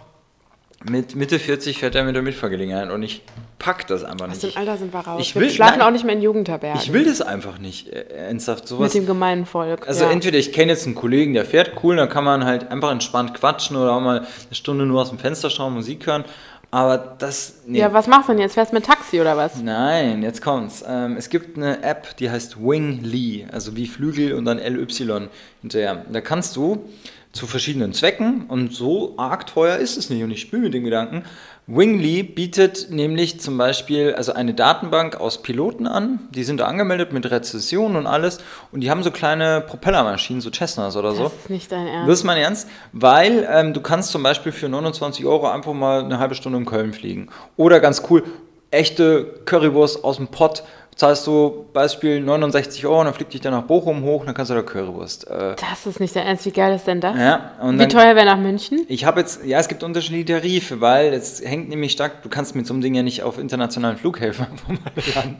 mit Mitte 40 fährt er mit der Mitfahrgelegenheit und ich pack das einfach nicht. Aus dem Alter sind wir raus. Wir schlafen auch nicht mehr in Jugendherbergen. Ich will das einfach nicht, ernsthaft. Sowas. Mit dem gemeinen Volk. Also entweder ich kenne jetzt einen Kollegen, der fährt cool, dann kann man halt einfach entspannt quatschen oder auch mal eine Stunde nur aus dem Fenster schauen, Musik hören. Aber das... Nee. Ja, was machst du denn jetzt? Fährst du mit Taxi oder was? Nein, jetzt kommt's. Es gibt eine App, die heißt Wingly, also wie Flügel und dann LY hinterher. Da kannst du zu verschiedenen Zwecken, und so arg teuer ist es nicht, und ich spiele mit dem Gedanken, Wingly bietet nämlich zum Beispiel also eine Datenbank aus Piloten an, die sind da angemeldet mit Rezession und alles, und die haben so kleine Propellermaschinen, so Cessnas oder so. Das ist nicht dein Ernst. Das ist mein Ernst, weil du kannst zum Beispiel für 29 € einfach mal eine halbe Stunde in Köln fliegen. Oder ganz cool, echte Currywurst aus dem Pott, zahlst du Beispiel 69 €, dann fliegt dich dann nach Bochum hoch, dann kannst du da Currywurst. Das ist nicht dein Ernst, wie geil ist denn das? Ja, und wie teuer wäre nach München? Ich habe jetzt, es gibt unterschiedliche Tarife, weil es hängt nämlich stark, du kannst mit so einem Ding ja nicht auf internationalen Flughäfen landen.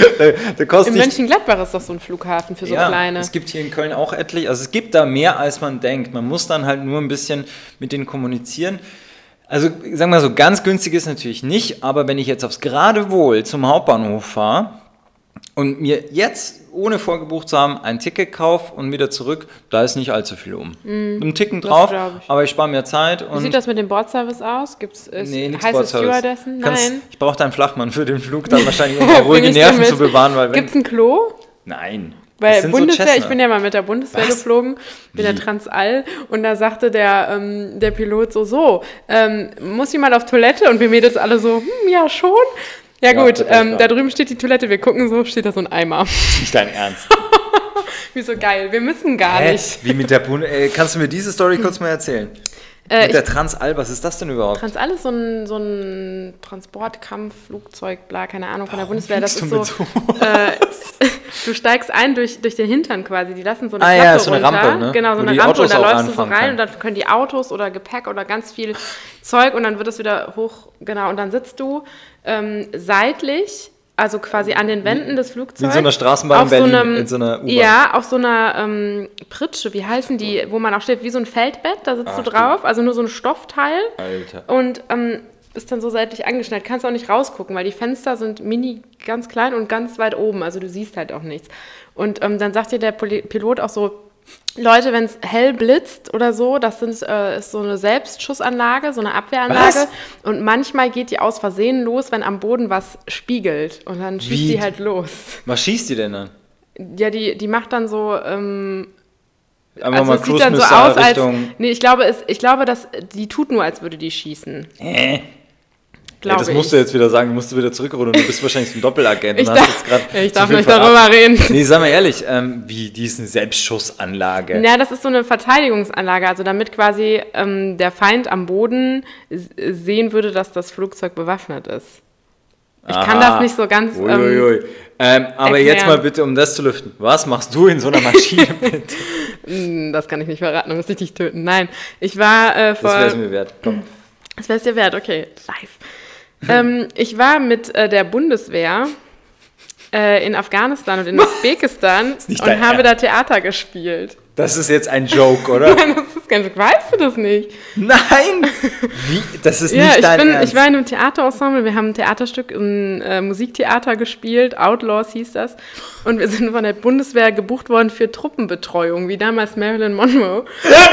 In Mönchengladbach ist doch so ein Flughafen für so kleine. Es gibt hier in Köln auch etlich, also es gibt da mehr, als man denkt. Man muss dann halt nur ein bisschen mit denen kommunizieren. Also, sagen wir mal so, ganz günstig ist natürlich nicht, aber wenn ich jetzt aufs Geradewohl zum Hauptbahnhof fahre und mir jetzt, ohne vorgebucht zu haben, ein Ticket kaufe und wieder zurück, da ist nicht allzu viel um. Ein Ticken drauf, aber ich spare mir Zeit. Wie sieht das mit dem Bordservice aus? Heiße Stewardessen? Nein. Ich brauche da einen Flachmann für den Flug, dann wahrscheinlich, um ruhige Nerven zu bewahren. Gibt es ein Klo? Nein. Weil Bundeswehr, ich bin ja mal mit der Bundeswehr geflogen, mit der Transall, und da sagte der Pilot so, muss jemand auf Toilette? Und wir Mädels alle so, ja schon. Ja gut, da drüben steht die Toilette, wir gucken so, steht da so ein Eimer. Nicht dein Ernst. Wieso geil, wir müssen gar nicht. Wie mit der kannst du mir diese Story kurz mal erzählen? Mit der Transall, was ist das denn überhaupt? Transall ist so ein Transportkampfflugzeug, bla, keine Ahnung, von der Bundeswehr. Das ist so, du steigst ein durch den Hintern quasi, die lassen so eine Klappe so eine runter. Rampe, ne? Genau, so eine Rampe, und da läufst du so rein und dann können die Autos oder Gepäck oder ganz viel Zeug, und dann wird es wieder hoch, genau, und dann sitzt du seitlich, also quasi an den Wänden des Flugzeugs. Wie in so einer Straßenbahn in Berlin, in so einer U-Bahn. Ja, auf so einer Pritsche, wie heißen die, wo man auch steht, wie so ein Feldbett, da sitzt du drauf, also nur so ein Stoffteil. Alter. Und bist dann so seitlich angeschnallt, kannst auch nicht rausgucken, weil die Fenster sind ganz klein und ganz weit oben, also du siehst halt auch nichts. Und dann sagt dir der Pilot auch so, Leute, wenn es hell blitzt oder so, das ist so eine Selbstschussanlage, so eine Abwehranlage. Was? Und manchmal geht die aus Versehen los, wenn am Boden was spiegelt. Und dann schießt die halt los. Was schießt die denn dann? Ja, die macht dann so... Einfach also mal es sieht dann so aus, als... Nee, ich glaube, dass die tut nur, als würde die schießen. Ja, das musst du jetzt wieder sagen, du musst wieder zurückrudern, du bist wahrscheinlich ein Doppelagent. Ich darf nicht darüber reden. Nee, sag mal ehrlich, wie die ist eine Selbstschussanlage? Ja, das ist so eine Verteidigungsanlage, also damit quasi der Feind am Boden sehen würde, dass das Flugzeug bewaffnet ist. Ich kann das nicht so ganz aber erklären. Jetzt mal bitte, um das zu lüften, was machst du in so einer Maschine bitte? Das kann ich nicht verraten, da müsste ich dich töten. Nein, ich war vor... Das wäre es mir wert, komm. Das wäre es dir wert, okay, live. Ich war mit der Bundeswehr in Afghanistan und in Usbekistan und habe da Theater gespielt. Das ist jetzt ein Joke, oder? Nein, das ist kein Joke. Weißt du das nicht? Nein! Wie? Das ist nicht dein Ernst? Ich war in einem Theaterensemble, wir haben ein Theaterstück, ein Musiktheater gespielt, Outlaws hieß das. Und wir sind von der Bundeswehr gebucht worden für Truppenbetreuung, wie damals Marilyn Monroe.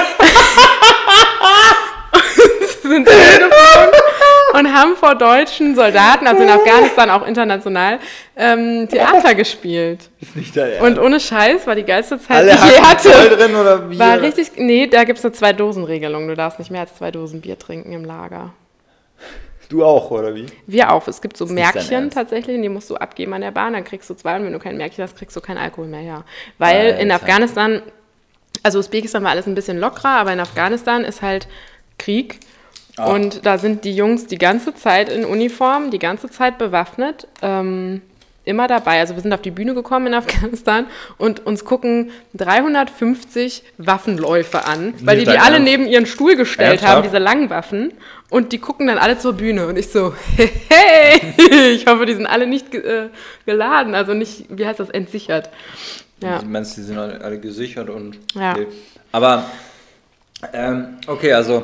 sind geflogen und haben vor deutschen Soldaten, also in Afghanistan auch international, Theater gespielt. Ist nicht dein Ernst. Und ohne Scheiß war die geilste Zeit, alle die ich je hatte. Voll drin oder wie? War richtig, nee, da gibt es eine 2-Dosen-Regelung. Du darfst nicht mehr als 2 Dosen Bier trinken im Lager. Du auch, oder wie? Wir auch. Es gibt so Märkchen tatsächlich, die musst du abgeben an der Bahn, dann kriegst du 2 und wenn du kein Märkchen hast, kriegst du keinen Alkohol mehr, ja. Weil in Afghanistan, also Usbekistan war alles ein bisschen lockerer, aber in Afghanistan ist halt Krieg. Und da sind die Jungs die ganze Zeit in Uniform, die ganze Zeit bewaffnet, immer dabei. Also wir sind auf die Bühne gekommen in Afghanistan und uns gucken 350 Waffenläufe an, weil die alle neben ihren Stuhl gestellt haben, diese langen Waffen. Und die gucken dann alle zur Bühne. Und ich so, hey, ich hoffe, die sind alle nicht geladen, also nicht, wie heißt das, entsichert. Ja. Du meinst, die sind alle gesichert und... Ja. Okay. Aber, okay, also...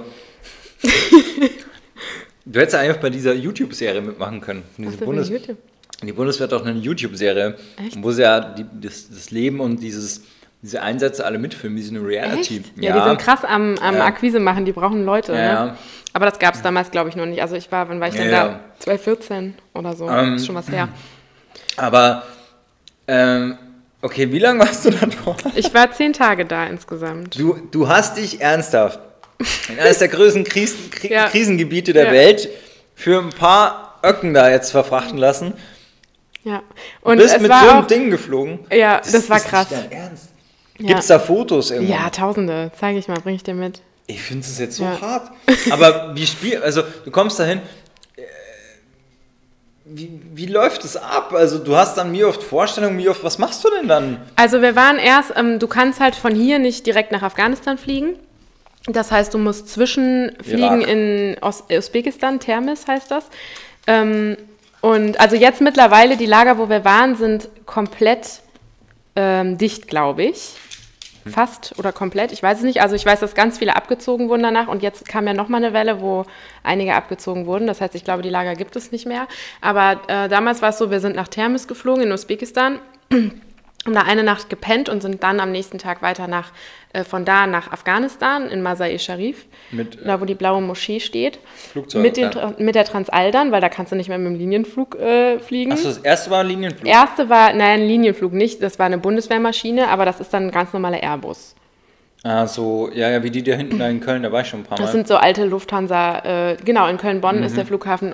Du hättest einfach bei dieser YouTube-Serie mitmachen können. Die Bundeswehr hat auch eine YouTube-Serie, wo sie ja das Leben und diese Einsätze alle mitfilmen, wie so eine Reality. Ja, die sind krass am Akquise machen, die brauchen Leute. Ja. Ne? Aber das gab es damals, glaube ich, noch nicht. Also wann war ich denn da? 2014 oder so, ist schon was her. Aber, okay, wie lange warst du da dort? Ich war 10 Tage da insgesamt. Du hast dich ernsthaft in eines der größten Krisengebiete der Welt für ein paar Öcken da jetzt verfrachten lassen. Ja. Und bist mit so einem Ding geflogen. Ja, das war krass. Nicht dein Ernst. Gibt es da Fotos irgendwo? Ja, tausende. Zeige ich mal, bringe ich dir mit. Ich finde es jetzt so hart. Aber also du kommst dahin, wie läuft es ab? Also du hast dann wie oft Vorstellungen, was machst du denn dann? Also wir waren erst, du kannst halt von hier nicht direkt nach Afghanistan fliegen. Das heißt, du musst zwischenfliegen in Usbekistan, Termiz heißt das. Und also jetzt mittlerweile, die Lager, wo wir waren, sind komplett dicht, glaube ich. Fast oder komplett, ich weiß es nicht. Also ich weiß, dass ganz viele abgezogen wurden danach und jetzt kam ja nochmal eine Welle, wo einige abgezogen wurden. Das heißt, ich glaube, die Lager gibt es nicht mehr. Aber damals war es so, wir sind nach Termiz geflogen in Usbekistan, haben da eine Nacht gepennt und sind dann am nächsten Tag weiter von da nach Afghanistan, in Mazar-e-Sharif, da wo die blaue Moschee steht. Flugzeug, mit der Transaldern, weil da kannst du nicht mehr mit dem Linienflug fliegen. Achso, das erste war ein Linienflug? Ein Linienflug nicht, das war eine Bundeswehrmaschine, aber das ist dann ein ganz normaler Airbus. Ah, so, ja, wie die da hinten da in Köln, da war ich schon ein paar Mal. Das sind so alte Lufthansa, genau, in Köln-Bonn ist der Flughafen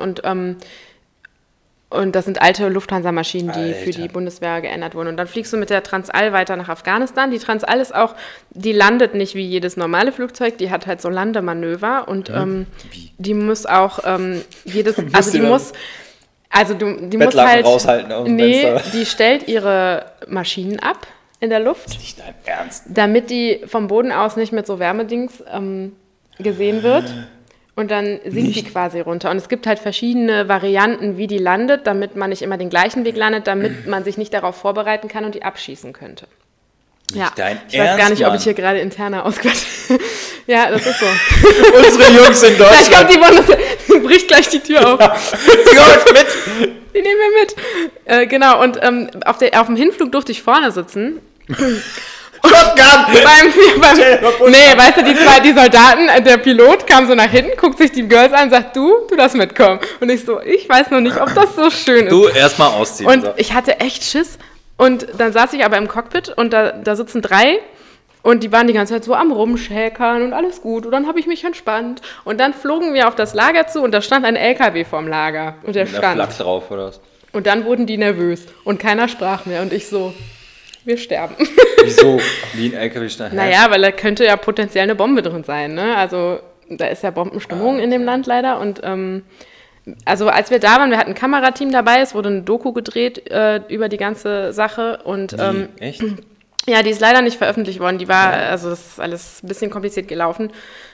und das sind alte Lufthansa-Maschinen, die für die Bundeswehr geändert wurden. Und dann fliegst du mit der Transall weiter nach Afghanistan. Die Transall ist auch, die landet nicht wie jedes normale Flugzeug, die hat halt so Landemanöver und die muss auch die muss halt raushalten aus dem Fenster. Die stellt ihre Maschinen ab in der Luft. Das ist nicht dein Ernst. Damit die vom Boden aus nicht mit so Wärmedings gesehen wird. Und dann sinkt die quasi runter. Und es gibt halt verschiedene Varianten, wie die landet, damit man nicht immer den gleichen Weg landet, damit man sich nicht darauf vorbereiten kann und die abschießen könnte. Nicht dein ich weiß gar nicht, ob ich hier gerade interner ausquatsche. Ja, das ist so. Unsere Jungs in Deutschland. Gleich kommt die Bundeswehr, bricht gleich die Tür auf. Ja. Sie kommt mit. Die nehmen wir mit. Genau, und auf dem Hinflug durfte ich vorne sitzen. Nee, weißt du, die Soldaten, der Pilot kam so nach hinten, guckt sich die Girls an und sagt, du darfst mitkommen. Und ich so, ich weiß noch nicht, ob das so schön ist. Du erstmal ausziehen. Und ich hatte echt Schiss. Und dann saß ich aber im Cockpit und da sitzen 3 und die waren die ganze Zeit so am Rumschäkern und alles gut. Und dann habe ich mich entspannt. Und dann flogen wir auf das Lager zu und da stand ein LKW vorm Lager. Und der stand. Flak drauf, oder was? Und dann wurden die nervös und keiner sprach mehr. Und ich so, wir sterben. Wieso? Wie ein LKW stand? Naja, weil da könnte ja potenziell eine Bombe drin sein. Ne? Also da ist ja Bombenstimmung in dem Land leider. Und also als wir da waren, wir hatten ein Kamerateam dabei, es wurde eine Doku gedreht über die ganze Sache. Und, echt? Ja, die ist leider nicht veröffentlicht worden. Die war, also das ist alles ein bisschen kompliziert gelaufen.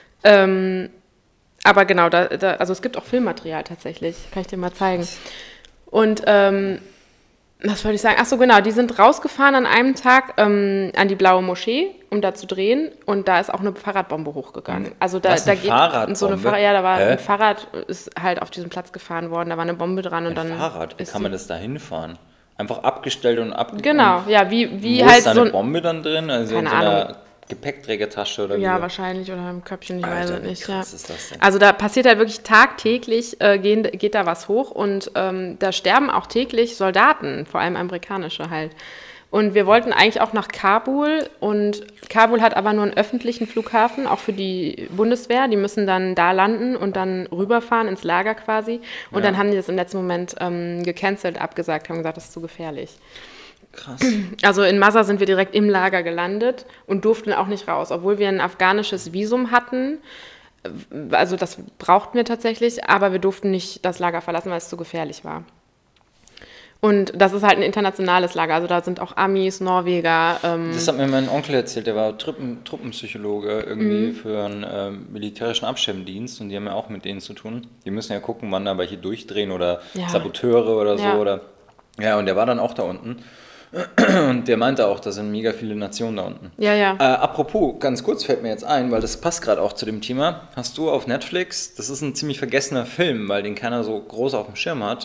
Aber genau, also es gibt auch Filmmaterial tatsächlich. Kann ich dir mal zeigen. Und was wollte ich sagen? Ach so, genau, die sind rausgefahren an einem Tag an die Blaue Moschee, um da zu drehen. Und da ist auch eine Fahrradbombe hochgegangen. Also da geht so eine da war ein Fahrrad, ist halt auf diesen Platz gefahren worden. Da war eine Bombe dran und dann. Fahrrad? Wie kann man das da hinfahren? Einfach abgestellt und Genau, ja, wie wo halt ist da so eine Bombe dann drin? Also keine in so einer Ahnung. Gepäckträgertasche oder wie? Ja, wahrscheinlich oder im Köpfchen, ich weiß es nicht. Wie krass ist das denn? Also da passiert halt wirklich tagtäglich, geht da was hoch und da sterben auch täglich Soldaten, vor allem amerikanische halt. Und wir wollten eigentlich auch nach Kabul und Kabul hat aber nur einen öffentlichen Flughafen, auch für die Bundeswehr. Die müssen dann da landen und dann rüberfahren ins Lager quasi. Und dann haben die das im letzten Moment gecancelt, abgesagt, haben gesagt, das ist zu gefährlich. Krass. Also in Masr sind wir direkt im Lager gelandet und durften auch nicht raus, obwohl wir ein afghanisches Visum hatten. Also das brauchten wir tatsächlich, aber wir durften nicht das Lager verlassen, weil es zu gefährlich war. Und das ist halt ein internationales Lager, also da sind auch Amis, Norweger. Das hat mir mein Onkel erzählt, der war Truppenpsychologe irgendwie für einen militärischen Abschirmdienst und die haben ja auch mit denen zu tun. Die müssen ja gucken, wann aber hier durchdrehen oder Saboteure oder so. Oder, ja, und der war dann auch da unten. Und der meinte auch, da sind mega viele Nationen da unten. Ja. Apropos, ganz kurz fällt mir jetzt ein, weil das passt gerade auch zu dem Thema. Hast du auf Netflix, das ist ein ziemlich vergessener Film, weil den keiner so groß auf dem Schirm hat,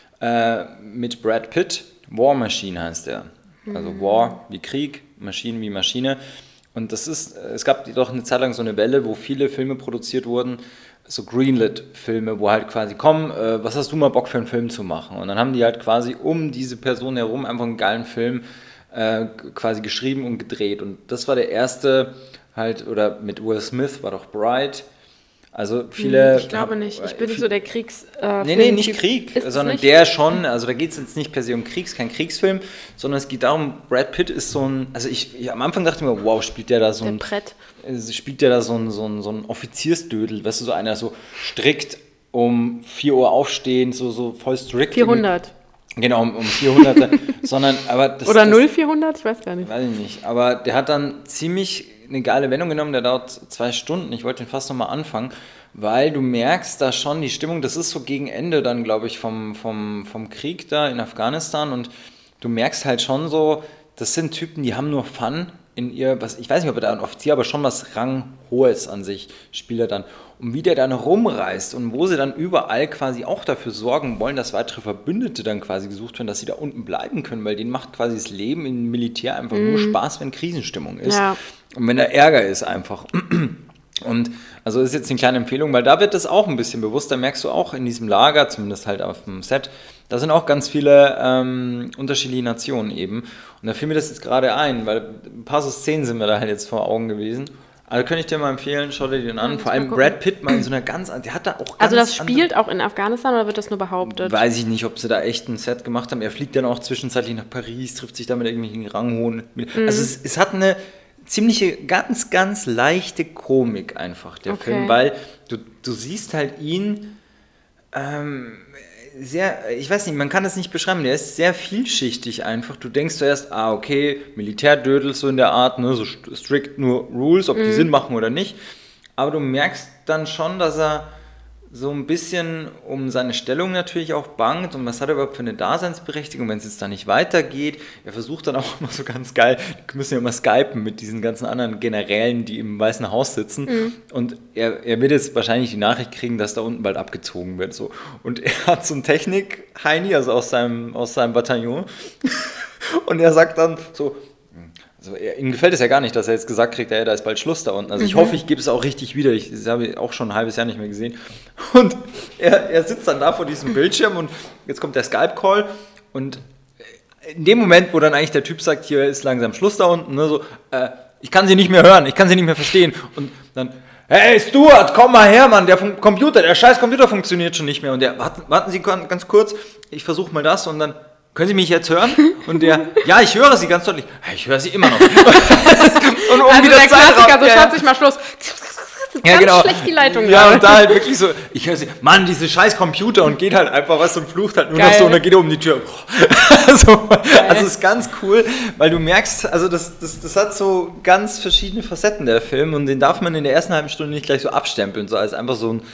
mit Brad Pitt, War Machine heißt der. Also War wie Krieg, Machine wie Maschine. Und es gab doch eine Zeit lang so eine Welle, wo viele Filme produziert wurden, so Greenlit-Filme, wo halt quasi, was hast du mal Bock für einen Film zu machen? Und dann haben die halt quasi um diese Person herum einfach einen geilen Film quasi geschrieben und gedreht. Und das war der erste halt, oder mit Will Smith war doch Bright. Also viele... Ich glaube nicht. Ich bin nicht so der Kriegs... Nee, nicht Krieg, sondern nicht? Der schon, also da geht es jetzt nicht per se um kein Kriegsfilm, sondern es geht darum, Brad Pitt ist so ein, also ich am Anfang dachte ich mir, wow, spielt der da so ein... Spielt der da so ein Offiziersdödel, weißt du, so einer so strikt um 4 Uhr aufstehen, so voll strikt. 400. Genau, um 400, sondern, aber das... Oder 0400, ich weiß gar nicht. Weiß ich nicht, aber der hat dann ziemlich eine geile Wendung genommen, der dauert 2 Stunden, ich wollte den fast nochmal anfangen, weil du merkst da schon die Stimmung, das ist so gegen Ende dann, glaube ich, vom Krieg da in Afghanistan und du merkst halt schon so, das sind Typen, die haben nur Fun in ich weiß nicht, ob er da ein Offizier, aber schon was Ranghohes an sich spielt er dann. Und wie der dann rumreist und wo sie dann überall quasi auch dafür sorgen wollen, dass weitere Verbündete dann quasi gesucht werden, dass sie da unten bleiben können, weil denen macht quasi das Leben im Militär einfach nur Spaß, wenn Krisenstimmung ist. Ja. Und wenn da Ärger ist einfach. Und also ist jetzt eine kleine Empfehlung, weil da wird das auch ein bisschen bewusst, da merkst du auch in diesem Lager, zumindest halt auf dem Set, da sind auch ganz viele unterschiedliche Nationen eben. Und da fiel mir das jetzt gerade ein, weil ein paar so Szenen sind mir da halt jetzt vor Augen gewesen. Also könnte ich dir mal empfehlen, schau dir den an. Vor allem Brad Pitt mal in so einer der hat da auch ganz... Also das spielt auch in Afghanistan oder wird das nur behauptet? Weiß ich nicht, ob sie da echt ein Set gemacht haben. Er fliegt dann auch zwischenzeitlich nach Paris, trifft sich da mit irgendwelchen Ranghohen. Also es hat eine ziemliche, ganz, ganz leichte Komik einfach, der Film, weil du siehst halt ihn sehr, ich weiß nicht, man kann das nicht beschreiben, der ist sehr vielschichtig einfach. Du denkst zuerst, okay, Militärdödel so in der Art, ne, so strikt nur Rules, ob die Sinn machen oder nicht. Aber du merkst dann schon, dass er so ein bisschen um seine Stellung natürlich auch bangt und was hat er überhaupt für eine Daseinsberechtigung, wenn es jetzt da nicht weitergeht. Er versucht dann auch immer so ganz geil, die müssen ja immer skypen mit diesen ganzen anderen Generälen, die im Weißen Haus sitzen und er wird jetzt wahrscheinlich die Nachricht kriegen, dass da unten bald abgezogen wird. So. Und er hat so einen Technik-Heini, also aus seinem Bataillon und er sagt dann so, Also ihm gefällt es ja gar nicht, dass er jetzt gesagt kriegt, da ist bald Schluss da unten. Also ich hoffe, ich gebe es auch richtig wieder. Ich habe auch schon ein halbes Jahr nicht mehr gesehen. Und er sitzt dann da vor diesem Bildschirm und jetzt kommt der Skype-Call und in dem Moment, wo dann eigentlich der Typ sagt, hier ist langsam Schluss da unten, ne, so, ich kann Sie nicht mehr hören, ich kann Sie nicht mehr verstehen. Und dann, hey Stuart, komm mal her, Mann, der scheiß Computer funktioniert schon nicht mehr. Und der, warten Sie ganz kurz, ich versuche mal das und dann, können Sie mich jetzt hören? Und der, ja, ich höre Sie ganz deutlich. Ich höre Sie immer noch. Und also der Klassiker, so schaut sich mal Schluss. Ja, genau. Schlecht die Leitung. Ja, und da halt wirklich so, ich höre Sie, Mann, diese scheiß Computer und geht halt einfach was und flucht halt nur Geil. noch so und dann geht er um die Tür. Also ist ganz cool, weil du merkst, also das hat so ganz verschiedene Facetten, der Film, und den darf man in der ersten halben Stunde nicht gleich so abstempeln, so als einfach so ein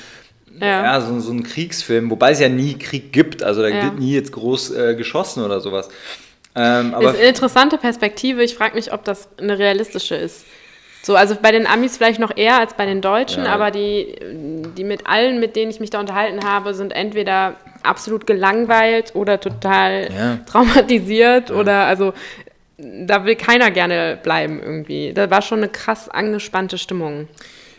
so ein Kriegsfilm, wobei es ja nie Krieg gibt, also da wird nie jetzt groß geschossen oder sowas. Aber ist eine interessante Perspektive, ich frage mich, ob das eine realistische ist. So, also bei den Amis vielleicht noch eher als bei den Deutschen, aber die mit allen, mit denen ich mich da unterhalten habe, sind entweder absolut gelangweilt oder total traumatisiert oder also da will keiner gerne bleiben irgendwie. Da war schon eine krass angespannte Stimmung.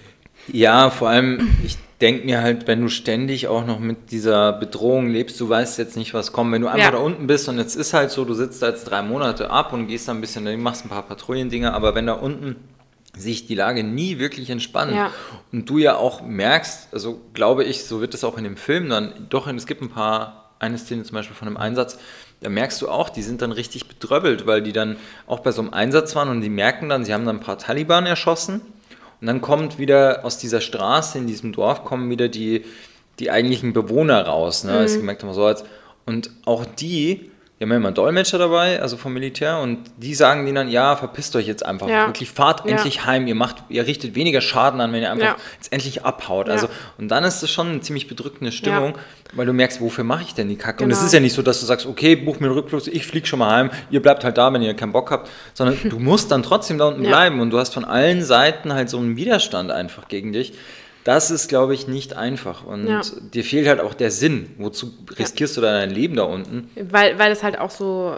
Ja, vor allem, ich denke mir halt, wenn du ständig auch noch mit dieser Bedrohung lebst, du weißt jetzt nicht, was kommt. Wenn du einfach da unten bist und jetzt ist halt so, du sitzt da jetzt 3 Monate ab und gehst da ein bisschen, machst ein paar Patrouillendinger, aber wenn da unten sich die Lage nie wirklich entspannt und du ja auch merkst, also glaube ich, so wird es auch in dem Film dann, doch, es gibt eine Szene zum Beispiel von einem Einsatz, da merkst du auch, die sind dann richtig bedröppelt, weil die dann auch bei so einem Einsatz waren und die merken dann, sie haben dann ein paar Taliban erschossen. Und dann kommt wieder aus dieser Straße in diesem Dorf kommen wieder die eigentlichen Bewohner raus. Ne? Das gemerkt haben, so als, und auch die haben ja immer einen Dolmetscher dabei, also vom Militär, und die sagen denen dann, ja, verpisst euch jetzt einfach, wirklich fahrt endlich heim, ihr richtet weniger Schaden an, wenn ihr einfach jetzt endlich abhaut. Also, und dann ist das schon eine ziemlich bedrückende Stimmung, weil du merkst, wofür mache ich denn die Kacke? Genau. Und es ist ja nicht so, dass du sagst, okay, buch mir einen Rückflug, ich fliege schon mal heim, ihr bleibt halt da, wenn ihr keinen Bock habt, sondern du musst dann trotzdem da unten bleiben und du hast von allen Seiten halt so einen Widerstand einfach gegen dich. Das ist, glaube ich, nicht einfach und dir fehlt halt auch der Sinn. Wozu riskierst du dein Leben da unten? Weil es halt auch so,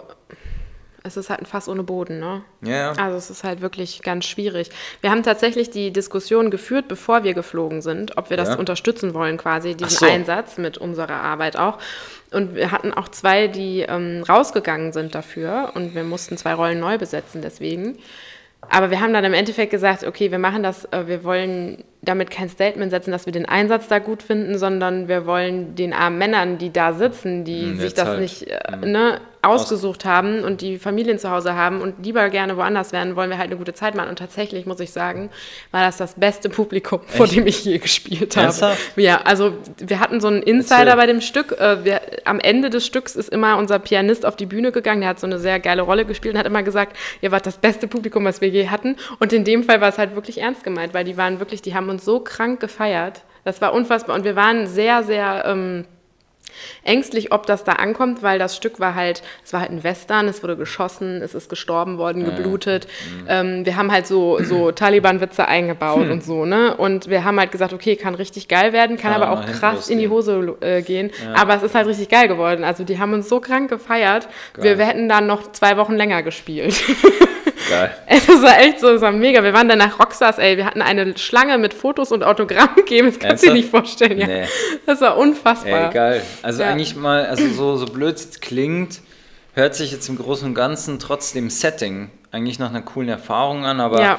es ist halt ein Fass ohne Boden, ne? Ja. Also es ist halt wirklich ganz schwierig. Wir haben tatsächlich die Diskussion geführt, bevor wir geflogen sind, ob wir das unterstützen wollen quasi, diesen Einsatz mit unserer Arbeit auch. Und wir hatten auch 2, die rausgegangen sind dafür und wir mussten 2 Rollen neu besetzen deswegen. Aber wir haben dann im Endeffekt gesagt, okay, wir machen das, wir wollen damit kein Statement setzen, dass wir den Einsatz da gut finden, sondern wir wollen den armen Männern, die da sitzen, die sich das halt nicht ausgesucht haben und die Familien zu Hause haben und lieber gerne woanders wären, wollen wir halt eine gute Zeit machen. Und tatsächlich, muss ich sagen, war das beste Publikum, vor dem ich je gespielt habe. Ja, also wir hatten so einen Insider bei dem Stück. Am Ende des Stücks ist immer unser Pianist auf die Bühne gegangen, der hat so eine sehr geile Rolle gespielt und hat immer gesagt, ihr wart das beste Publikum, was wir je hatten. Und in dem Fall war es halt wirklich ernst gemeint, weil die haben uns so krank gefeiert. Das war unfassbar. Und wir waren sehr, sehr ängstlich, ob das da ankommt, weil das Stück war halt, es war halt ein Western, es wurde geschossen, es ist gestorben worden, geblutet. Wir haben halt so Taliban-Witze eingebaut und so, ne? Und wir haben halt gesagt, okay, kann richtig geil werden, kann aber auch krass in die Hose gehen. Ja. Aber es ist halt richtig geil geworden. Also die haben uns so krank gefeiert. Wir hätten dann noch 2 Wochen länger gespielt. Geil. Das war echt so, das war mega. Wir waren dann nach Rockstars, wir hatten eine Schlange mit Fotos und Autogrammen gegeben, das kannst du dir nicht vorstellen. Ja. Nee. Das war unfassbar. Geil. Also eigentlich mal, also so blöd es klingt, hört sich jetzt im Großen und Ganzen trotz dem Setting eigentlich nach einer coolen Erfahrung an, aber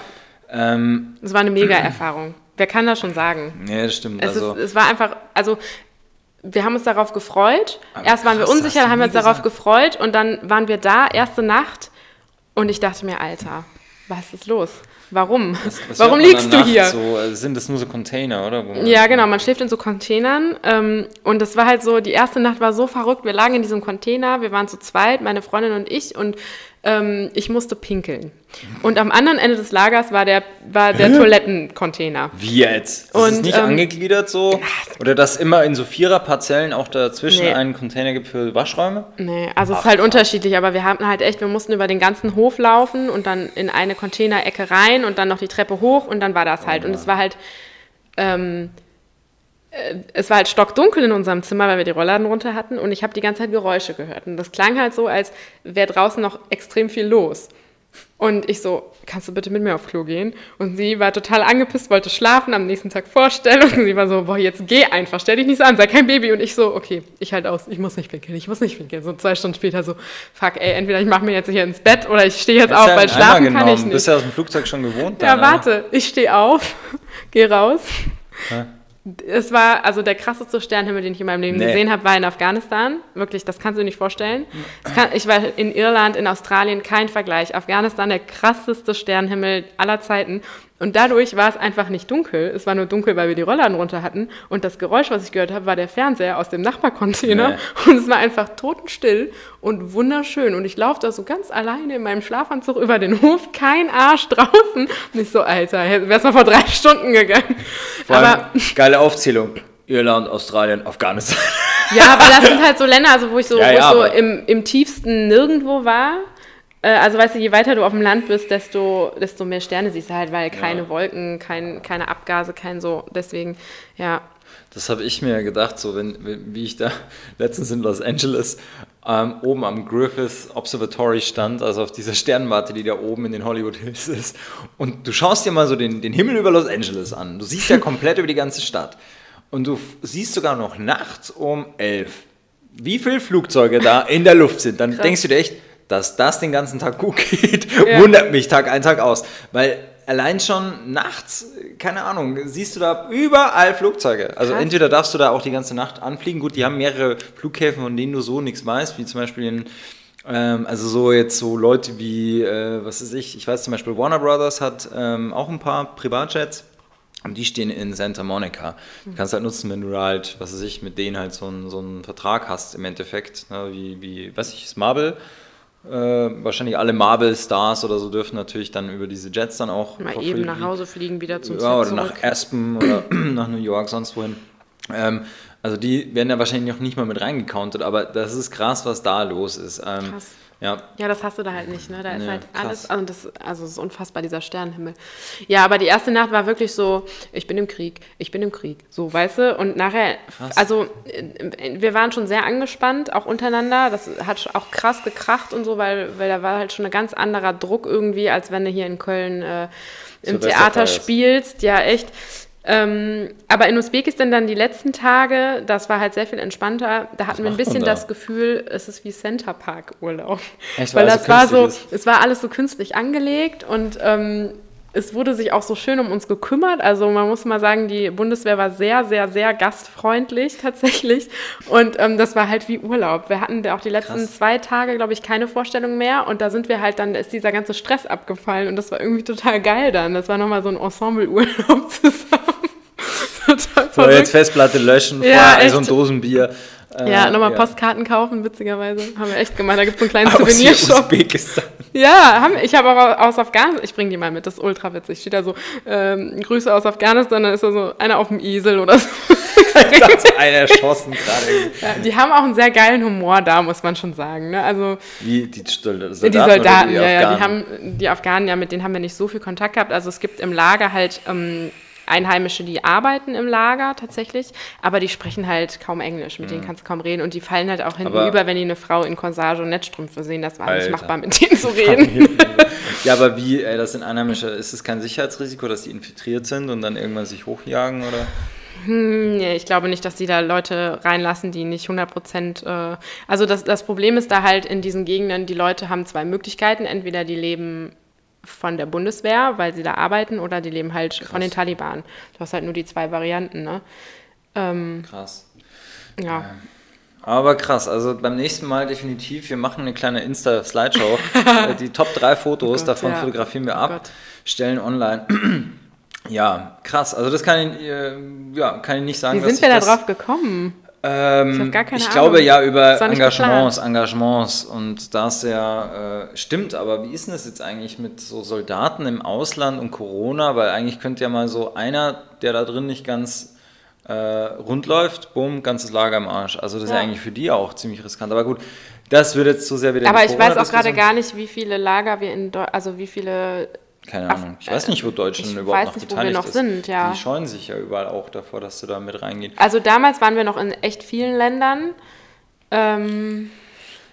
es war eine mega Erfahrung. Wer kann das schon sagen? Ja, das stimmt. Es war einfach, also wir haben uns darauf gefreut. Erst waren wir unsicher, dann haben wir uns darauf gefreut und dann waren wir da, erste Nacht. Und ich dachte mir, Alter, was ist los? Warum? Warum liegst du hier? Sind das nur so Container, oder? Ja, genau, man schläft in so Containern. Und das war halt so, die erste Nacht war so verrückt. Wir lagen in diesem Container, wir waren zu zweit, meine Freundin und ich. Und ich musste pinkeln. Und am anderen Ende des Lagers war der Toilettencontainer. Wie jetzt? Ist es nicht angegliedert so? Oder dass immer in so 4er-Parzellen auch dazwischen einen Container gibt für Waschräume? Nee, also es ist halt unterschiedlich, aber wir hatten halt echt, wir mussten über den ganzen Hof laufen und dann in eine Containerecke rein und dann noch die Treppe hoch und dann war das halt. Und es war halt stockdunkel in unserem Zimmer, weil wir die Rollladen runter hatten und ich habe die ganze Zeit Geräusche gehört. Und das klang halt so, als wäre draußen noch extrem viel los. Und ich so, kannst du bitte mit mir auf Klo gehen? Und sie war total angepisst, wollte schlafen, am nächsten Tag Vorstellung. Und sie war so, boah, jetzt geh einfach, stell dich nicht so an, sei kein Baby. Und ich so, okay, ich halt aus, ich muss nicht pinkeln. So 2 Stunden später so, fuck, ey, entweder ich mache mir jetzt hier ins Bett oder ich stehe jetzt auf, weil schlafen kann ich nicht. Bist du aus dem Flugzeug schon gewohnt? Ja, warte, ich stehe auf, geh raus. Ja. Es war also der krasseste Sternenhimmel, den ich in meinem Leben gesehen habe, war in Afghanistan. Wirklich, das kannst du dir nicht vorstellen. Ich war in Irland, in Australien, kein Vergleich. Afghanistan, der krasseste Sternenhimmel aller Zeiten. Und dadurch war es einfach nicht dunkel. Es war nur dunkel, weil wir die Rollladen runter hatten. Und das Geräusch, was ich gehört habe, war der Fernseher aus dem Nachbarcontainer. Nee. Und es war einfach totenstill und wunderschön. Und ich laufe da so ganz alleine in meinem Schlafanzug über den Hof, kein Arsch draußen. Und ich so, Alter, wär's mal vor 3 Stunden gegangen. Aber geile Aufzählung. Irland, Australien, Afghanistan. Ja, aber das sind halt so Länder, also wo ich so im tiefsten Nirgendwo war. Also weißt du, je weiter du auf dem Land bist, desto mehr Sterne siehst du halt, weil keine Wolken, keine Abgase, kein so, deswegen, ja. Das habe ich mir gedacht, so wie ich da letztens in Los Angeles oben am Griffith Observatory stand, also auf dieser Sternwarte, die da oben in den Hollywood Hills ist. Und du schaust dir mal so den Himmel über Los Angeles an. Du siehst ja komplett über die ganze Stadt. Und du siehst sogar noch nachts um 11, wie viele Flugzeuge da in der Luft sind. Dann denkst du dir echt, dass das den ganzen Tag gut geht, wundert mich Tag ein, Tag aus. Weil allein schon nachts, keine Ahnung, siehst du da überall Flugzeuge. Also entweder darfst du da auch die ganze Nacht anfliegen. Gut, die haben mehrere Flughäfen, von denen du so nichts weißt, wie zum Beispiel also so jetzt so Leute wie, was weiß ich weiß zum Beispiel Warner Brothers hat auch ein paar Privatjets. Und die stehen in Santa Monica. Du kannst halt nutzen, wenn du halt, was weiß ich, mit denen halt so einen Vertrag hast im Endeffekt. Ne? Wie weiß ich, ist Marvel. Wahrscheinlich alle Marvel-Stars oder so dürfen natürlich dann über diese Jets dann auch mal eben nach Hause fliegen, wieder zum Set oder zurück. nach Aspen oder nach New York, sonst wohin. Also die werden ja wahrscheinlich noch nicht mal mit reingecountet, aber das ist krass, was da los ist. Krass. Ja, das hast du da halt nicht, ne? Da ist halt alles, das ist unfassbar, dieser Sternenhimmel. Ja, aber die erste Nacht war wirklich so, ich bin im Krieg, so, weißt du? Und nachher, also wir waren schon sehr angespannt, auch untereinander, das hat auch krass gekracht und so, weil da war halt schon ein ganz anderer Druck irgendwie, als wenn du hier in Köln im Theater spielst, ja, echt. Aber in Usbekistan dann die letzten Tage, das war halt sehr viel entspannter. Da hatten wir ein bisschen das Gefühl, es ist wie Centerpark-Urlaub. Weil das war so, es war alles so künstlich angelegt und es wurde sich auch so schön um uns gekümmert. Also man muss mal sagen, die Bundeswehr war sehr, sehr, sehr gastfreundlich tatsächlich. Und das war halt wie Urlaub. Wir hatten auch die letzten 2 Tage, glaube ich, keine Vorstellung mehr. Und da sind wir halt dann, da ist dieser ganze Stress abgefallen. Und das war irgendwie total geil dann. Das war nochmal so ein Ensemble-Urlaub zusammen. Total so, jetzt Festplatte löschen, vorher so ein Dosenbier. Nochmal Postkarten kaufen, witzigerweise. Haben wir echt gemacht. Da gibt es so einen kleinen Souvenirshop. Usbekistan. Ja, ich habe auch aus Afghanistan, ich bringe die mal mit, das ist ultra witzig. Steht da so, Grüße aus Afghanistan, dann ist da so einer auf dem Esel oder so. Da hat so einer erschossen gerade. Ja, die haben auch einen sehr geilen Humor da, muss man schon sagen. Ne? Also, wie die Soldaten? Die Soldaten, die Afghanen, mit denen haben wir nicht so viel Kontakt gehabt. Also es gibt im Lager halt Einheimische, die arbeiten im Lager tatsächlich, aber die sprechen halt kaum Englisch, mit denen kannst du kaum reden und die fallen halt auch hintenüber, wenn die eine Frau in Corsage und Netzstrümpfe sehen, das war nicht machbar, mit denen zu reden. Ja, aber wie, das sind Einheimische, ist es kein Sicherheitsrisiko, dass die infiltriert sind und dann irgendwann sich hochjagen, oder? Nee, ich glaube nicht, dass die da Leute reinlassen, die nicht 100%, also das Problem ist da halt in diesen Gegenden, die Leute haben 2 Möglichkeiten, entweder die leben von der Bundeswehr, weil sie da arbeiten, oder die leben halt von den Taliban. Du hast halt nur die 2 Varianten, ne? Krass. Ja. Aber krass, also beim nächsten Mal definitiv, wir machen eine kleine Insta-Slideshow. Die Top 3 Fotos, davon fotografieren wir ab, stellen online. Ja, krass, also das kann ich nicht sagen. Wie sind wir da drauf gekommen? Ich habe gar keine Ahnung. Ich glaube über Engagements und das stimmt, aber wie ist denn das jetzt eigentlich mit so Soldaten im Ausland und Corona, weil eigentlich könnte ja mal so einer, der da drin nicht ganz rund läuft, bumm, ganzes Lager im Arsch. Also das ist ja eigentlich für die auch ziemlich riskant, aber gut, das wird jetzt so sehr wieder. Aber ich weiß auch gerade gar nicht, wie viele Lager wir wie viele. Keine Ahnung. Ich weiß nicht, wo Deutschland überhaupt noch beteiligt ist. Die scheuen sich ja überall auch davor, dass du da mit reingehst. Also damals waren wir noch in echt vielen Ländern.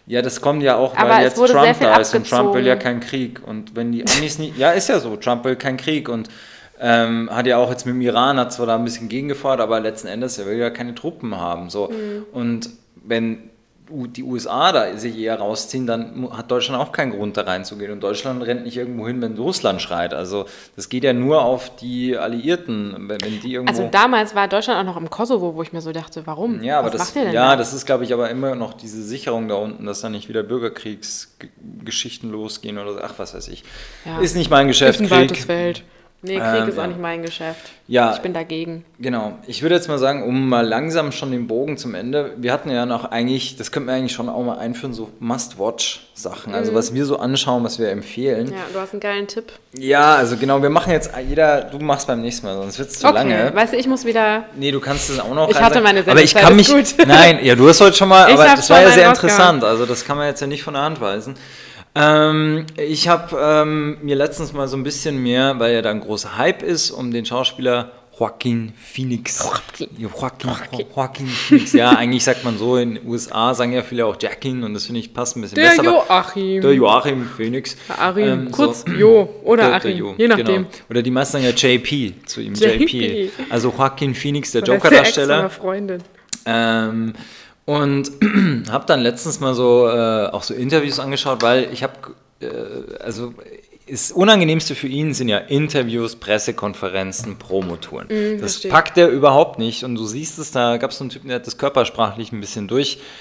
Ja, das kommt ja auch, aber weil jetzt Trump da ist und abgezogen. Trump will ja keinen Krieg. Und wenn die Amis nicht, ja, ist ja so, Trump will keinen Krieg und hat ja auch jetzt mit dem Iran, hat zwar da ein bisschen gegengefordert, aber letzten Endes, er will ja keine Truppen haben. So. Und wenn die USA da sich eher rausziehen, dann hat Deutschland auch keinen Grund da reinzugehen. Und Deutschland rennt nicht irgendwo hin, wenn Russland schreit. Also das geht ja nur auf die Alliierten, wenn die irgendwo... Also damals war Deutschland auch noch im Kosovo, wo ich mir so dachte, warum? Ja, aber was macht ihr denn ja, da? das ist, glaube ich, aber immer noch diese Sicherung da unten, dass da nicht wieder Bürgerkriegsgeschichten losgehen oder so. Ach, was weiß ich. Ja. Ist nicht mein Geschäft, ist ein weites Feld. Nee, Krieg ist auch ja. nicht mein Geschäft. Ja, ich bin dagegen. Genau. Ich würde jetzt mal sagen, um mal langsam schon den Bogen zum Ende, wir hatten ja noch eigentlich, das könnten wir eigentlich schon auch mal einführen, so Must-Watch-Sachen, also was wir so anschauen, was wir empfehlen. Ja, du hast einen geilen Tipp. Ja, also genau, wir machen jetzt, du machst beim nächsten Mal, sonst wird es zu lange. Weißt du, ich muss wieder... Nee, du kannst es auch noch Ich hatte meine aber ich Sendezeit, kann mich, ist gut. nein, ja, du hast heute schon mal, aber das war ja sehr Oscar. interessant, also das kann man jetzt ja nicht von der Hand weisen. Ich habe mir letztens mal so ein bisschen mehr, weil ja da ein großer Hype ist, um den Schauspieler Joaquin Phoenix. Joaquin Phoenix. Ja, eigentlich sagt man so, in den USA sagen ja viele auch Jackin und das finde ich passt ein bisschen besser. Der Joachim Phoenix. Arim, kurz Jo oder Achim, Jo, je nachdem. Genau. Oder die meisten sagen ja JP zu ihm, JP. Also Joaquin Phoenix, der Oder Joker-Darsteller. Ex von einer Freundin. Und habe dann letztens mal so auch so Interviews angeschaut, weil ich habe, das Unangenehmste für ihn sind ja Interviews, Pressekonferenzen, Promotouren. Das packt er überhaupt nicht und du siehst es, da gab es so einen Typen, der hat das körpersprachlich ein bisschen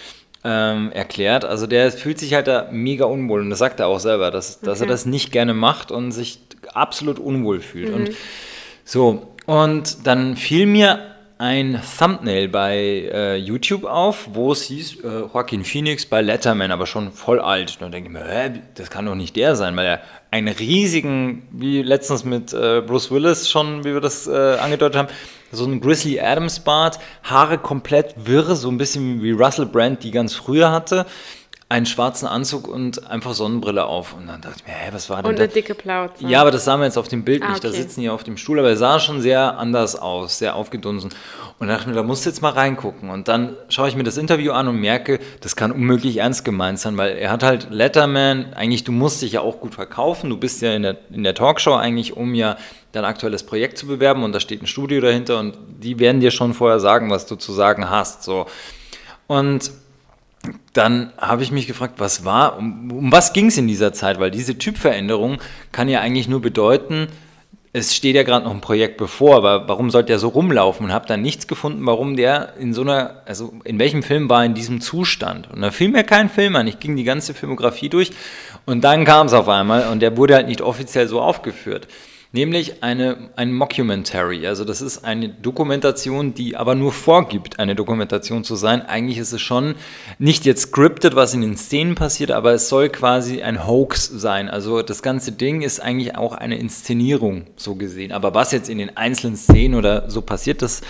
erklärt. Also der fühlt sich halt da mega unwohl und das sagt er auch selber, dass er das nicht gerne macht und sich absolut unwohl fühlt. Und so, und dann fiel mir ein Thumbnail bei YouTube auf, wo es hieß, Joaquin Phoenix bei Letterman, aber schon voll alt. Und dann denke ich mir, das kann doch nicht der sein, weil er einen riesigen, wie letztens mit Bruce Willis schon, wie wir das angedeutet haben, so einen Grizzly Adams Bart, Haare komplett wirr, so ein bisschen wie Russell Brand, die ganz früher hatte, einen schwarzen Anzug und einfach Sonnenbrille auf. Und dann dachte ich mir, was war denn Und eine dicke Plauze. Ja, aber das sah man jetzt auf dem Bild nicht. Okay. Da sitzen die auf dem Stuhl, aber er sah schon sehr anders aus, sehr aufgedunsen. Und da dachte ich mir, da musst du jetzt mal reingucken. Und dann schaue ich mir das Interview an und merke, das kann unmöglich ernst gemeint sein, weil er hat halt Letterman, eigentlich, du musst dich ja auch gut verkaufen. Du bist ja in der Talkshow eigentlich, um ja dein aktuelles Projekt zu bewerben und da steht ein Studio dahinter und die werden dir schon vorher sagen, was du zu sagen hast. So. Und dann habe ich mich gefragt, um was ging es in dieser Zeit? Weil diese Typveränderung kann ja eigentlich nur bedeuten, es steht ja gerade noch ein Projekt bevor, aber warum sollte der so rumlaufen? Und habe dann nichts gefunden, warum der in welchem Film war in diesem Zustand? Und da fiel mir kein Film an. Ich ging die ganze Filmografie durch und dann kam es auf einmal und der wurde halt nicht offiziell so aufgeführt. Nämlich ein Mockumentary, also das ist eine Dokumentation, die aber nur vorgibt, eine Dokumentation zu sein. Eigentlich ist es schon nicht jetzt scripted, was in den Szenen passiert, aber es soll quasi ein Hoax sein. Also das ganze Ding ist eigentlich auch eine Inszenierung, so gesehen. Aber was jetzt in den einzelnen Szenen oder so passiert, das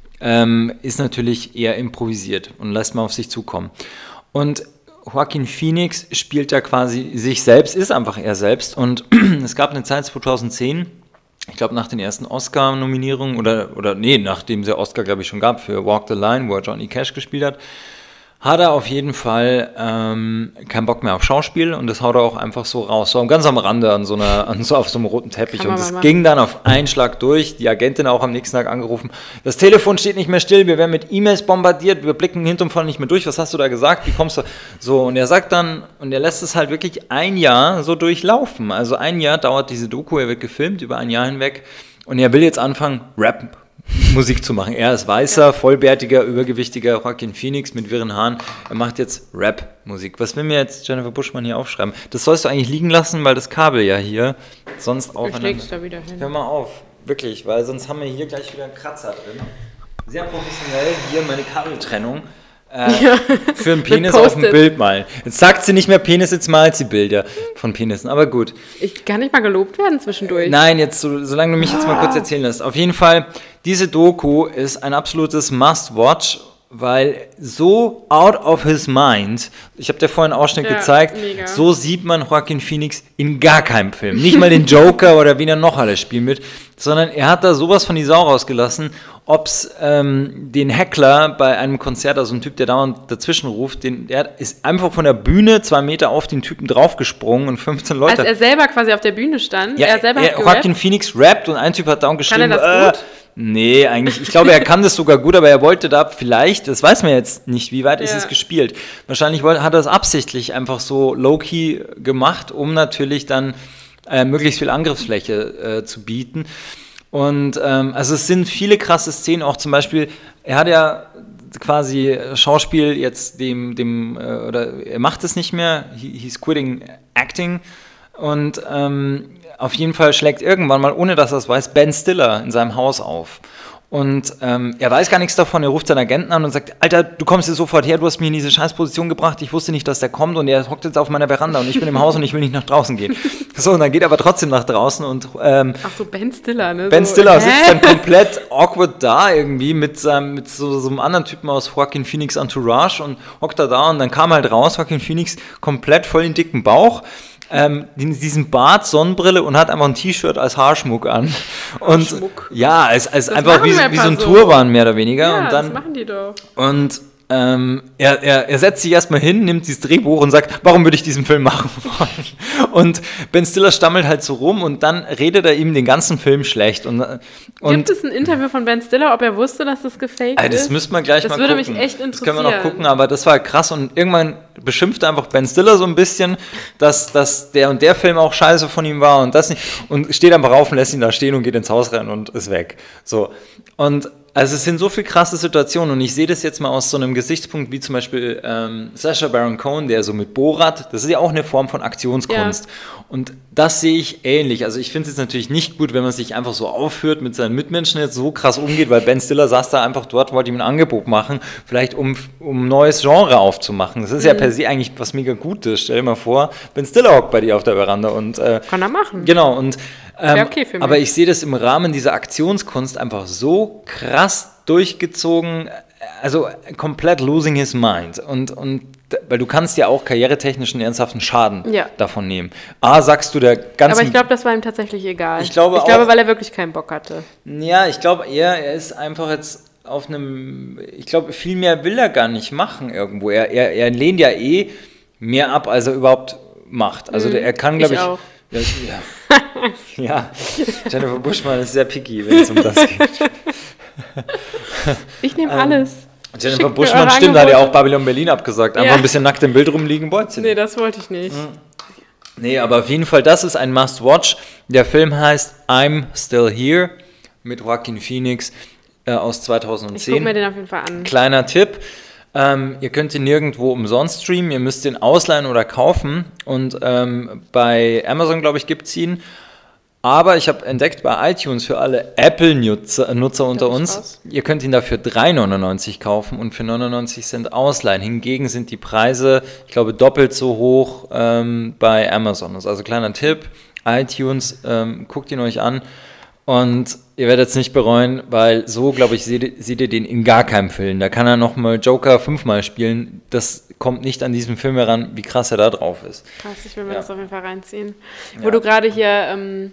ist natürlich eher improvisiert und lässt mal auf sich zukommen. Und Joaquin Phoenix spielt da quasi sich selbst, ist einfach er selbst und es gab eine Zeit 2010, ich glaube nach den ersten Oscar-Nominierungen nachdem es ja Oscar, glaube ich, schon gab für Walk the Line, wo er Johnny Cash gespielt hat er auf jeden Fall keinen Bock mehr auf Schauspiel und das haut er auch einfach so raus, so ganz am Rande auf so einem roten Teppich und das ging dann auf einen Schlag durch, die Agentin auch am nächsten Tag angerufen, das Telefon steht nicht mehr still, wir werden mit E-Mails bombardiert, wir blicken hinten und vorne nicht mehr durch, was hast du da gesagt, wie kommst du, so und er sagt dann, und er lässt es halt wirklich ein Jahr so durchlaufen, also ein Jahr dauert diese Doku, er wird gefilmt über ein Jahr hinweg und er will jetzt anfangen, Musik zu machen. Er ist weißer, vollbärtiger, übergewichtiger Joaquin Phoenix mit wirren Haaren. Er macht jetzt Rap-Musik. Was will mir jetzt Jennifer Buschmann hier aufschreiben? Das sollst du eigentlich liegen lassen, weil das Kabel ja hier sonst aufeinander... Ich leg's da wieder hin. Hör mal auf, wirklich, weil sonst haben wir hier gleich wieder einen Kratzer drin. Sehr professionell, hier meine Kabeltrennung. Für einen Penis auf dem Bild malen. Jetzt sagt sie nicht mehr Penis, jetzt malt sie Bilder von Penissen, aber gut. Ich kann nicht mal gelobt werden zwischendurch. Nein, jetzt, solange du mich jetzt mal kurz erzählen lässt. Auf jeden Fall, diese Doku ist ein absolutes Must-Watch weil so out of his mind, ich habe dir vorhin einen Ausschnitt gezeigt, mega. So sieht man Joaquin Phoenix in gar keinem Film. Nicht mal den Joker oder wen er noch alles spielen wird, sondern er hat da sowas von die Sau rausgelassen, ob es den Heckler bei einem Konzert, also ein Typ, der dauernd dazwischen ruft, der ist einfach von der Bühne 2 Meter auf den Typen draufgesprungen und 15 Leute. Als er selber quasi auf der Bühne stand, ja, Joaquin Phoenix rappt und ein Typ hat dauernd geschrieben, kann er das gut? Nee, eigentlich, ich glaube, er kann das sogar gut, aber er wollte da vielleicht, das weiß man jetzt nicht, wie weit ist es gespielt. Wahrscheinlich hat er es absichtlich einfach so low-key gemacht, um natürlich dann möglichst viel Angriffsfläche zu bieten. Und also es sind viele krasse Szenen, auch zum Beispiel, er hat ja quasi Schauspiel jetzt oder er macht es nicht mehr, he's quitting acting und auf jeden Fall schlägt irgendwann mal, ohne dass er es weiß, Ben Stiller in seinem Haus auf. Und er weiß gar nichts davon, er ruft seinen Agenten an und sagt, Alter, du kommst hier sofort her, du hast mich in diese Scheißposition gebracht, ich wusste nicht, dass der kommt und er hockt jetzt auf meiner Veranda und ich bin im Haus und ich will nicht nach draußen gehen. So, und dann geht er aber trotzdem nach draußen und ach so, Ben Stiller, ne? Ben Stiller sitzt dann komplett awkward da irgendwie mit so einem anderen Typen aus Joaquin Phoenix Entourage und hockt da und dann kam halt raus, Joaquin Phoenix komplett voll den dicken Bauch, diesen Bart, Sonnenbrille und hat einfach ein T-Shirt als Haarschmuck an. Und Haarschmuck. Ja, als einfach wie so ein Turban mehr oder weniger. Ja, und dann, das machen die doch. Und er setzt sich erstmal hin, nimmt dieses Drehbuch und sagt, warum würde ich diesen Film machen wollen? Und Ben Stiller stammelt halt so rum und dann redet er ihm den ganzen Film schlecht. Und gibt es ein Interview von Ben Stiller, ob er wusste, dass das gefaked ist? Das müsste man gleich mal gucken. Das würde mich echt interessieren. Das können wir noch gucken, aber das war krass. Und irgendwann beschimpft einfach Ben Stiller so ein bisschen, dass der und der Film auch scheiße von ihm war und das nicht. Und steht einfach auf und lässt ihn da stehen und geht ins Haus rein und ist weg. So. Und also es sind so viele krasse Situationen und ich sehe das jetzt mal aus so einem Gesichtspunkt wie zum Beispiel Sacha Baron Cohen, der so mit Borat, das ist ja auch eine Form von Aktionskunst. Ja. Und das sehe ich ähnlich. Also ich finde es jetzt natürlich nicht gut, wenn man sich einfach so aufführt, mit seinen Mitmenschen jetzt so krass umgeht, weil Ben Stiller saß da einfach dort, wollte ihm ein Angebot machen, vielleicht um ein neues Genre aufzumachen. Das ist ja per se eigentlich was mega Gutes. Stell dir mal vor, Ben Stiller hockt bei dir auf der Veranda und kann er machen. Genau, und okay für mich. Aber ich sehe das im Rahmen dieser Aktionskunst einfach so krass durchgezogen, also komplett losing his mind. Und weil du kannst ja auch karrieretechnischen ernsthaften Schaden davon nehmen. Sagst du der ganzen... Aber ich glaube, das war ihm tatsächlich egal. Ich glaube, weil er wirklich keinen Bock hatte. Ja, ich glaube eher, er ist einfach jetzt auf einem... Ich glaube, viel mehr will er gar nicht machen irgendwo. Er lehnt ja mehr ab, als er überhaupt macht. Also er kann, glaube ich... Auch. Ja, Jennifer Bushman ist sehr picky, wenn es um das geht. Ich nehme alles. Jennifer Bushman, stimmt, hat ja auch Babylon Berlin abgesagt. Einfach ein bisschen nackt im Bild rumliegen wollte. Nee, das wollte ich nicht. Nee, aber auf jeden Fall, das ist ein Must-Watch. Der Film heißt I'm Still Here mit Joaquin Phoenix aus 2010. Ich gucke mir den auf jeden Fall an. Kleiner Tipp. Ihr könnt ihn nirgendwo umsonst streamen, ihr müsst ihn ausleihen oder kaufen und bei Amazon, glaube ich, gibt es ihn. Aber ich habe entdeckt bei iTunes für alle Apple-Nutzer unter uns, ihr könnt ihn dafür 3,99 kaufen und für 99 Cent ausleihen. Hingegen sind die Preise, ich glaube, doppelt so hoch bei Amazon. Das ist also kleiner Tipp, iTunes, guckt ihn euch an. Und ihr werdet es nicht bereuen, weil so, glaube ich, seht ihr den in gar keinem Film. Da kann er nochmal Joker 5-mal spielen. Das kommt nicht an diesem Film heran, wie krass er da drauf ist. Krass, ich will mir das auf jeden Fall reinziehen. Ja. Wo du gerade hier,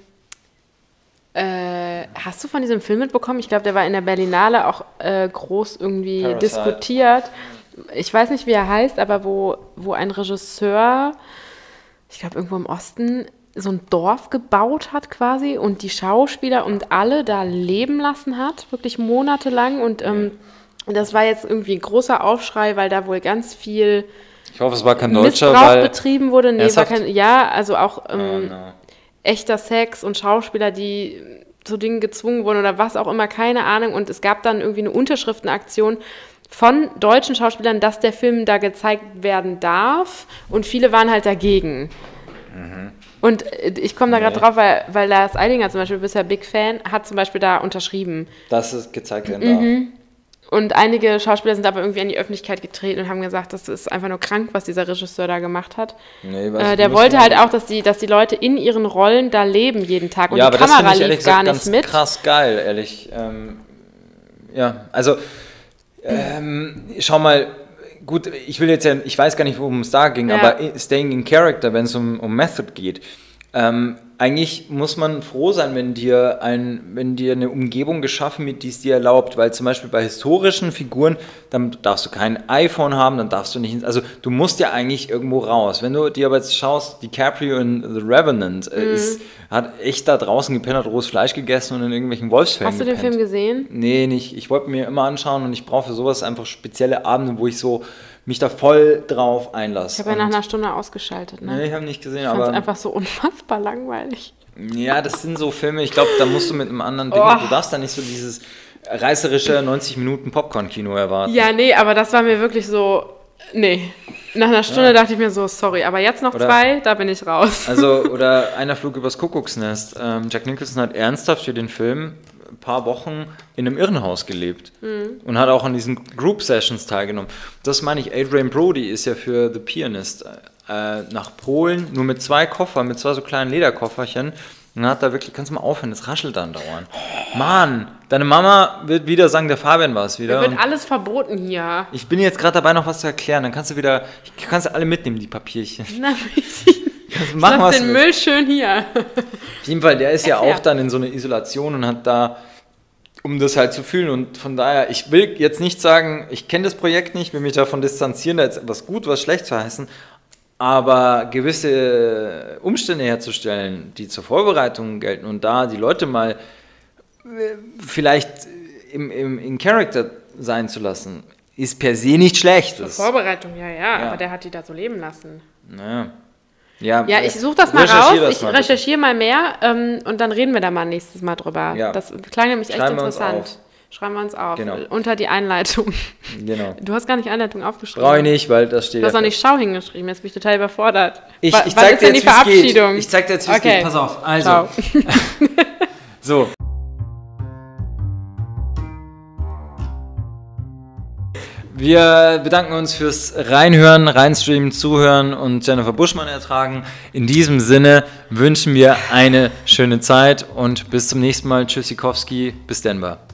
hast du von diesem Film mitbekommen? Ich glaube, der war in der Berlinale auch groß irgendwie Parasite diskutiert. Ich weiß nicht, wie er heißt, aber wo ein Regisseur, ich glaube irgendwo im Osten, so ein Dorf gebaut hat quasi und die Schauspieler und alle da leben lassen hat, wirklich monatelang. Und das war jetzt irgendwie ein großer Aufschrei, weil da wohl ganz viel ich hoffe, es war kein Deutscher, Missbrauch betrieben wurde. Nee, war kein, also auch echter Sex und Schauspieler, die zu Dingen gezwungen wurden oder was auch immer, keine Ahnung. Und es gab dann irgendwie eine Unterschriftenaktion von deutschen Schauspielern, dass der Film da gezeigt werden darf. Und viele waren halt dagegen. Und ich komme da gerade drauf, weil Lars Eidinger zum Beispiel, du bist ja Big Fan, hat zum Beispiel da unterschrieben. Dass es gezeigt werden darf. Und einige Schauspieler sind aber irgendwie an die Öffentlichkeit getreten und haben gesagt, das ist einfach nur krank, was dieser Regisseur da gemacht hat. Nee, der wollte halt auch, dass die Leute in ihren Rollen da leben jeden Tag. Und ja, die aber Kamera das lief gar nicht mit. Krass geil, ehrlich. Also Schau mal, gut, ich weiß gar nicht, worum es da ging, aber Staying in Character, wenn es um Method geht, eigentlich muss man froh sein, wenn dir eine Umgebung geschaffen wird, die es dir erlaubt, weil zum Beispiel bei historischen Figuren, dann darfst du kein iPhone haben, dann darfst du nicht, also du musst ja eigentlich irgendwo raus. Wenn du dir aber jetzt schaust, DiCaprio in The Revenant hat echt da draußen gepennt, hat rohes Fleisch gegessen und in irgendwelchen Wolfsfällen Hast du den Film gesehen? Nee, nicht. Ich wollte mir immer anschauen und ich brauche für sowas einfach spezielle Abende, wo ich so mich da voll drauf einlasse. Ich habe ja nach einer Stunde ausgeschaltet, ne? Nee, ich habe nicht gesehen, ich fand's einfach so unfassbar langweilig. Ja, das sind so Filme, ich glaube, da musst du mit einem anderen Ding, du darfst da nicht so dieses reißerische 90 Minuten Popcorn-Kino erwarten. Ja, nee, aber das war mir wirklich so, nee. Nach einer Stunde dachte ich mir so, sorry, aber jetzt noch 2, da bin ich raus. Also, oder Einer Flug übers Kuckucksnest. Jack Nicholson hat ernsthaft für den Film ein paar Wochen in einem Irrenhaus gelebt und hat auch an diesen Group-Sessions teilgenommen. Das meine ich, Adrian Brody ist ja für The Pianist nach Polen, nur mit 2 Koffern, mit 2 so kleinen Lederkofferchen. Und hat da wirklich, kannst du mal aufhören, das raschelt dann dauernd. Mann, deine Mama wird wieder sagen, der Fabian war es wieder. Da wird alles verboten hier. Ich bin jetzt gerade dabei, noch was zu erklären. Dann kannst du alle mitnehmen, die Papierchen. Na, ich lass den Müll schön hier. Auf jeden Fall, der ist ja auch dann in so einer Isolation und hat da, um das halt zu fühlen. Und von daher, ich will jetzt nicht sagen, ich kenne das Projekt nicht, will mich davon distanzieren, da jetzt was gut, was schlecht zu heißen. Aber gewisse Umstände herzustellen, die zur Vorbereitung gelten und da die Leute mal vielleicht in Character sein zu lassen, ist per se nicht schlecht. Zur Vorbereitung, ja, aber der hat die da so leben lassen. Naja. Ja, ich suche das mal raus, ich recherchiere mal mehr und dann reden wir da mal nächstes Mal drüber. Ja. Das klang nämlich echt interessant. Schreiben wir uns auf. Genau. Unter die Einleitung. Genau. Du hast gar nicht Einleitung aufgeschrieben. Brauche ich nicht, weil das steht. Du hast auch nicht Schau hingeschrieben, jetzt bin ich total überfordert. Ich zeig dir jetzt, wie es geht. Ich zeig dir jetzt, wie es geht. Pass auf. Also. So. Wir bedanken uns fürs Reinhören, Reinstreamen, Zuhören und Jennifer Buschmann ertragen. In diesem Sinne wünschen wir eine schöne Zeit und bis zum nächsten Mal. Tschüssikowski, bis Denver.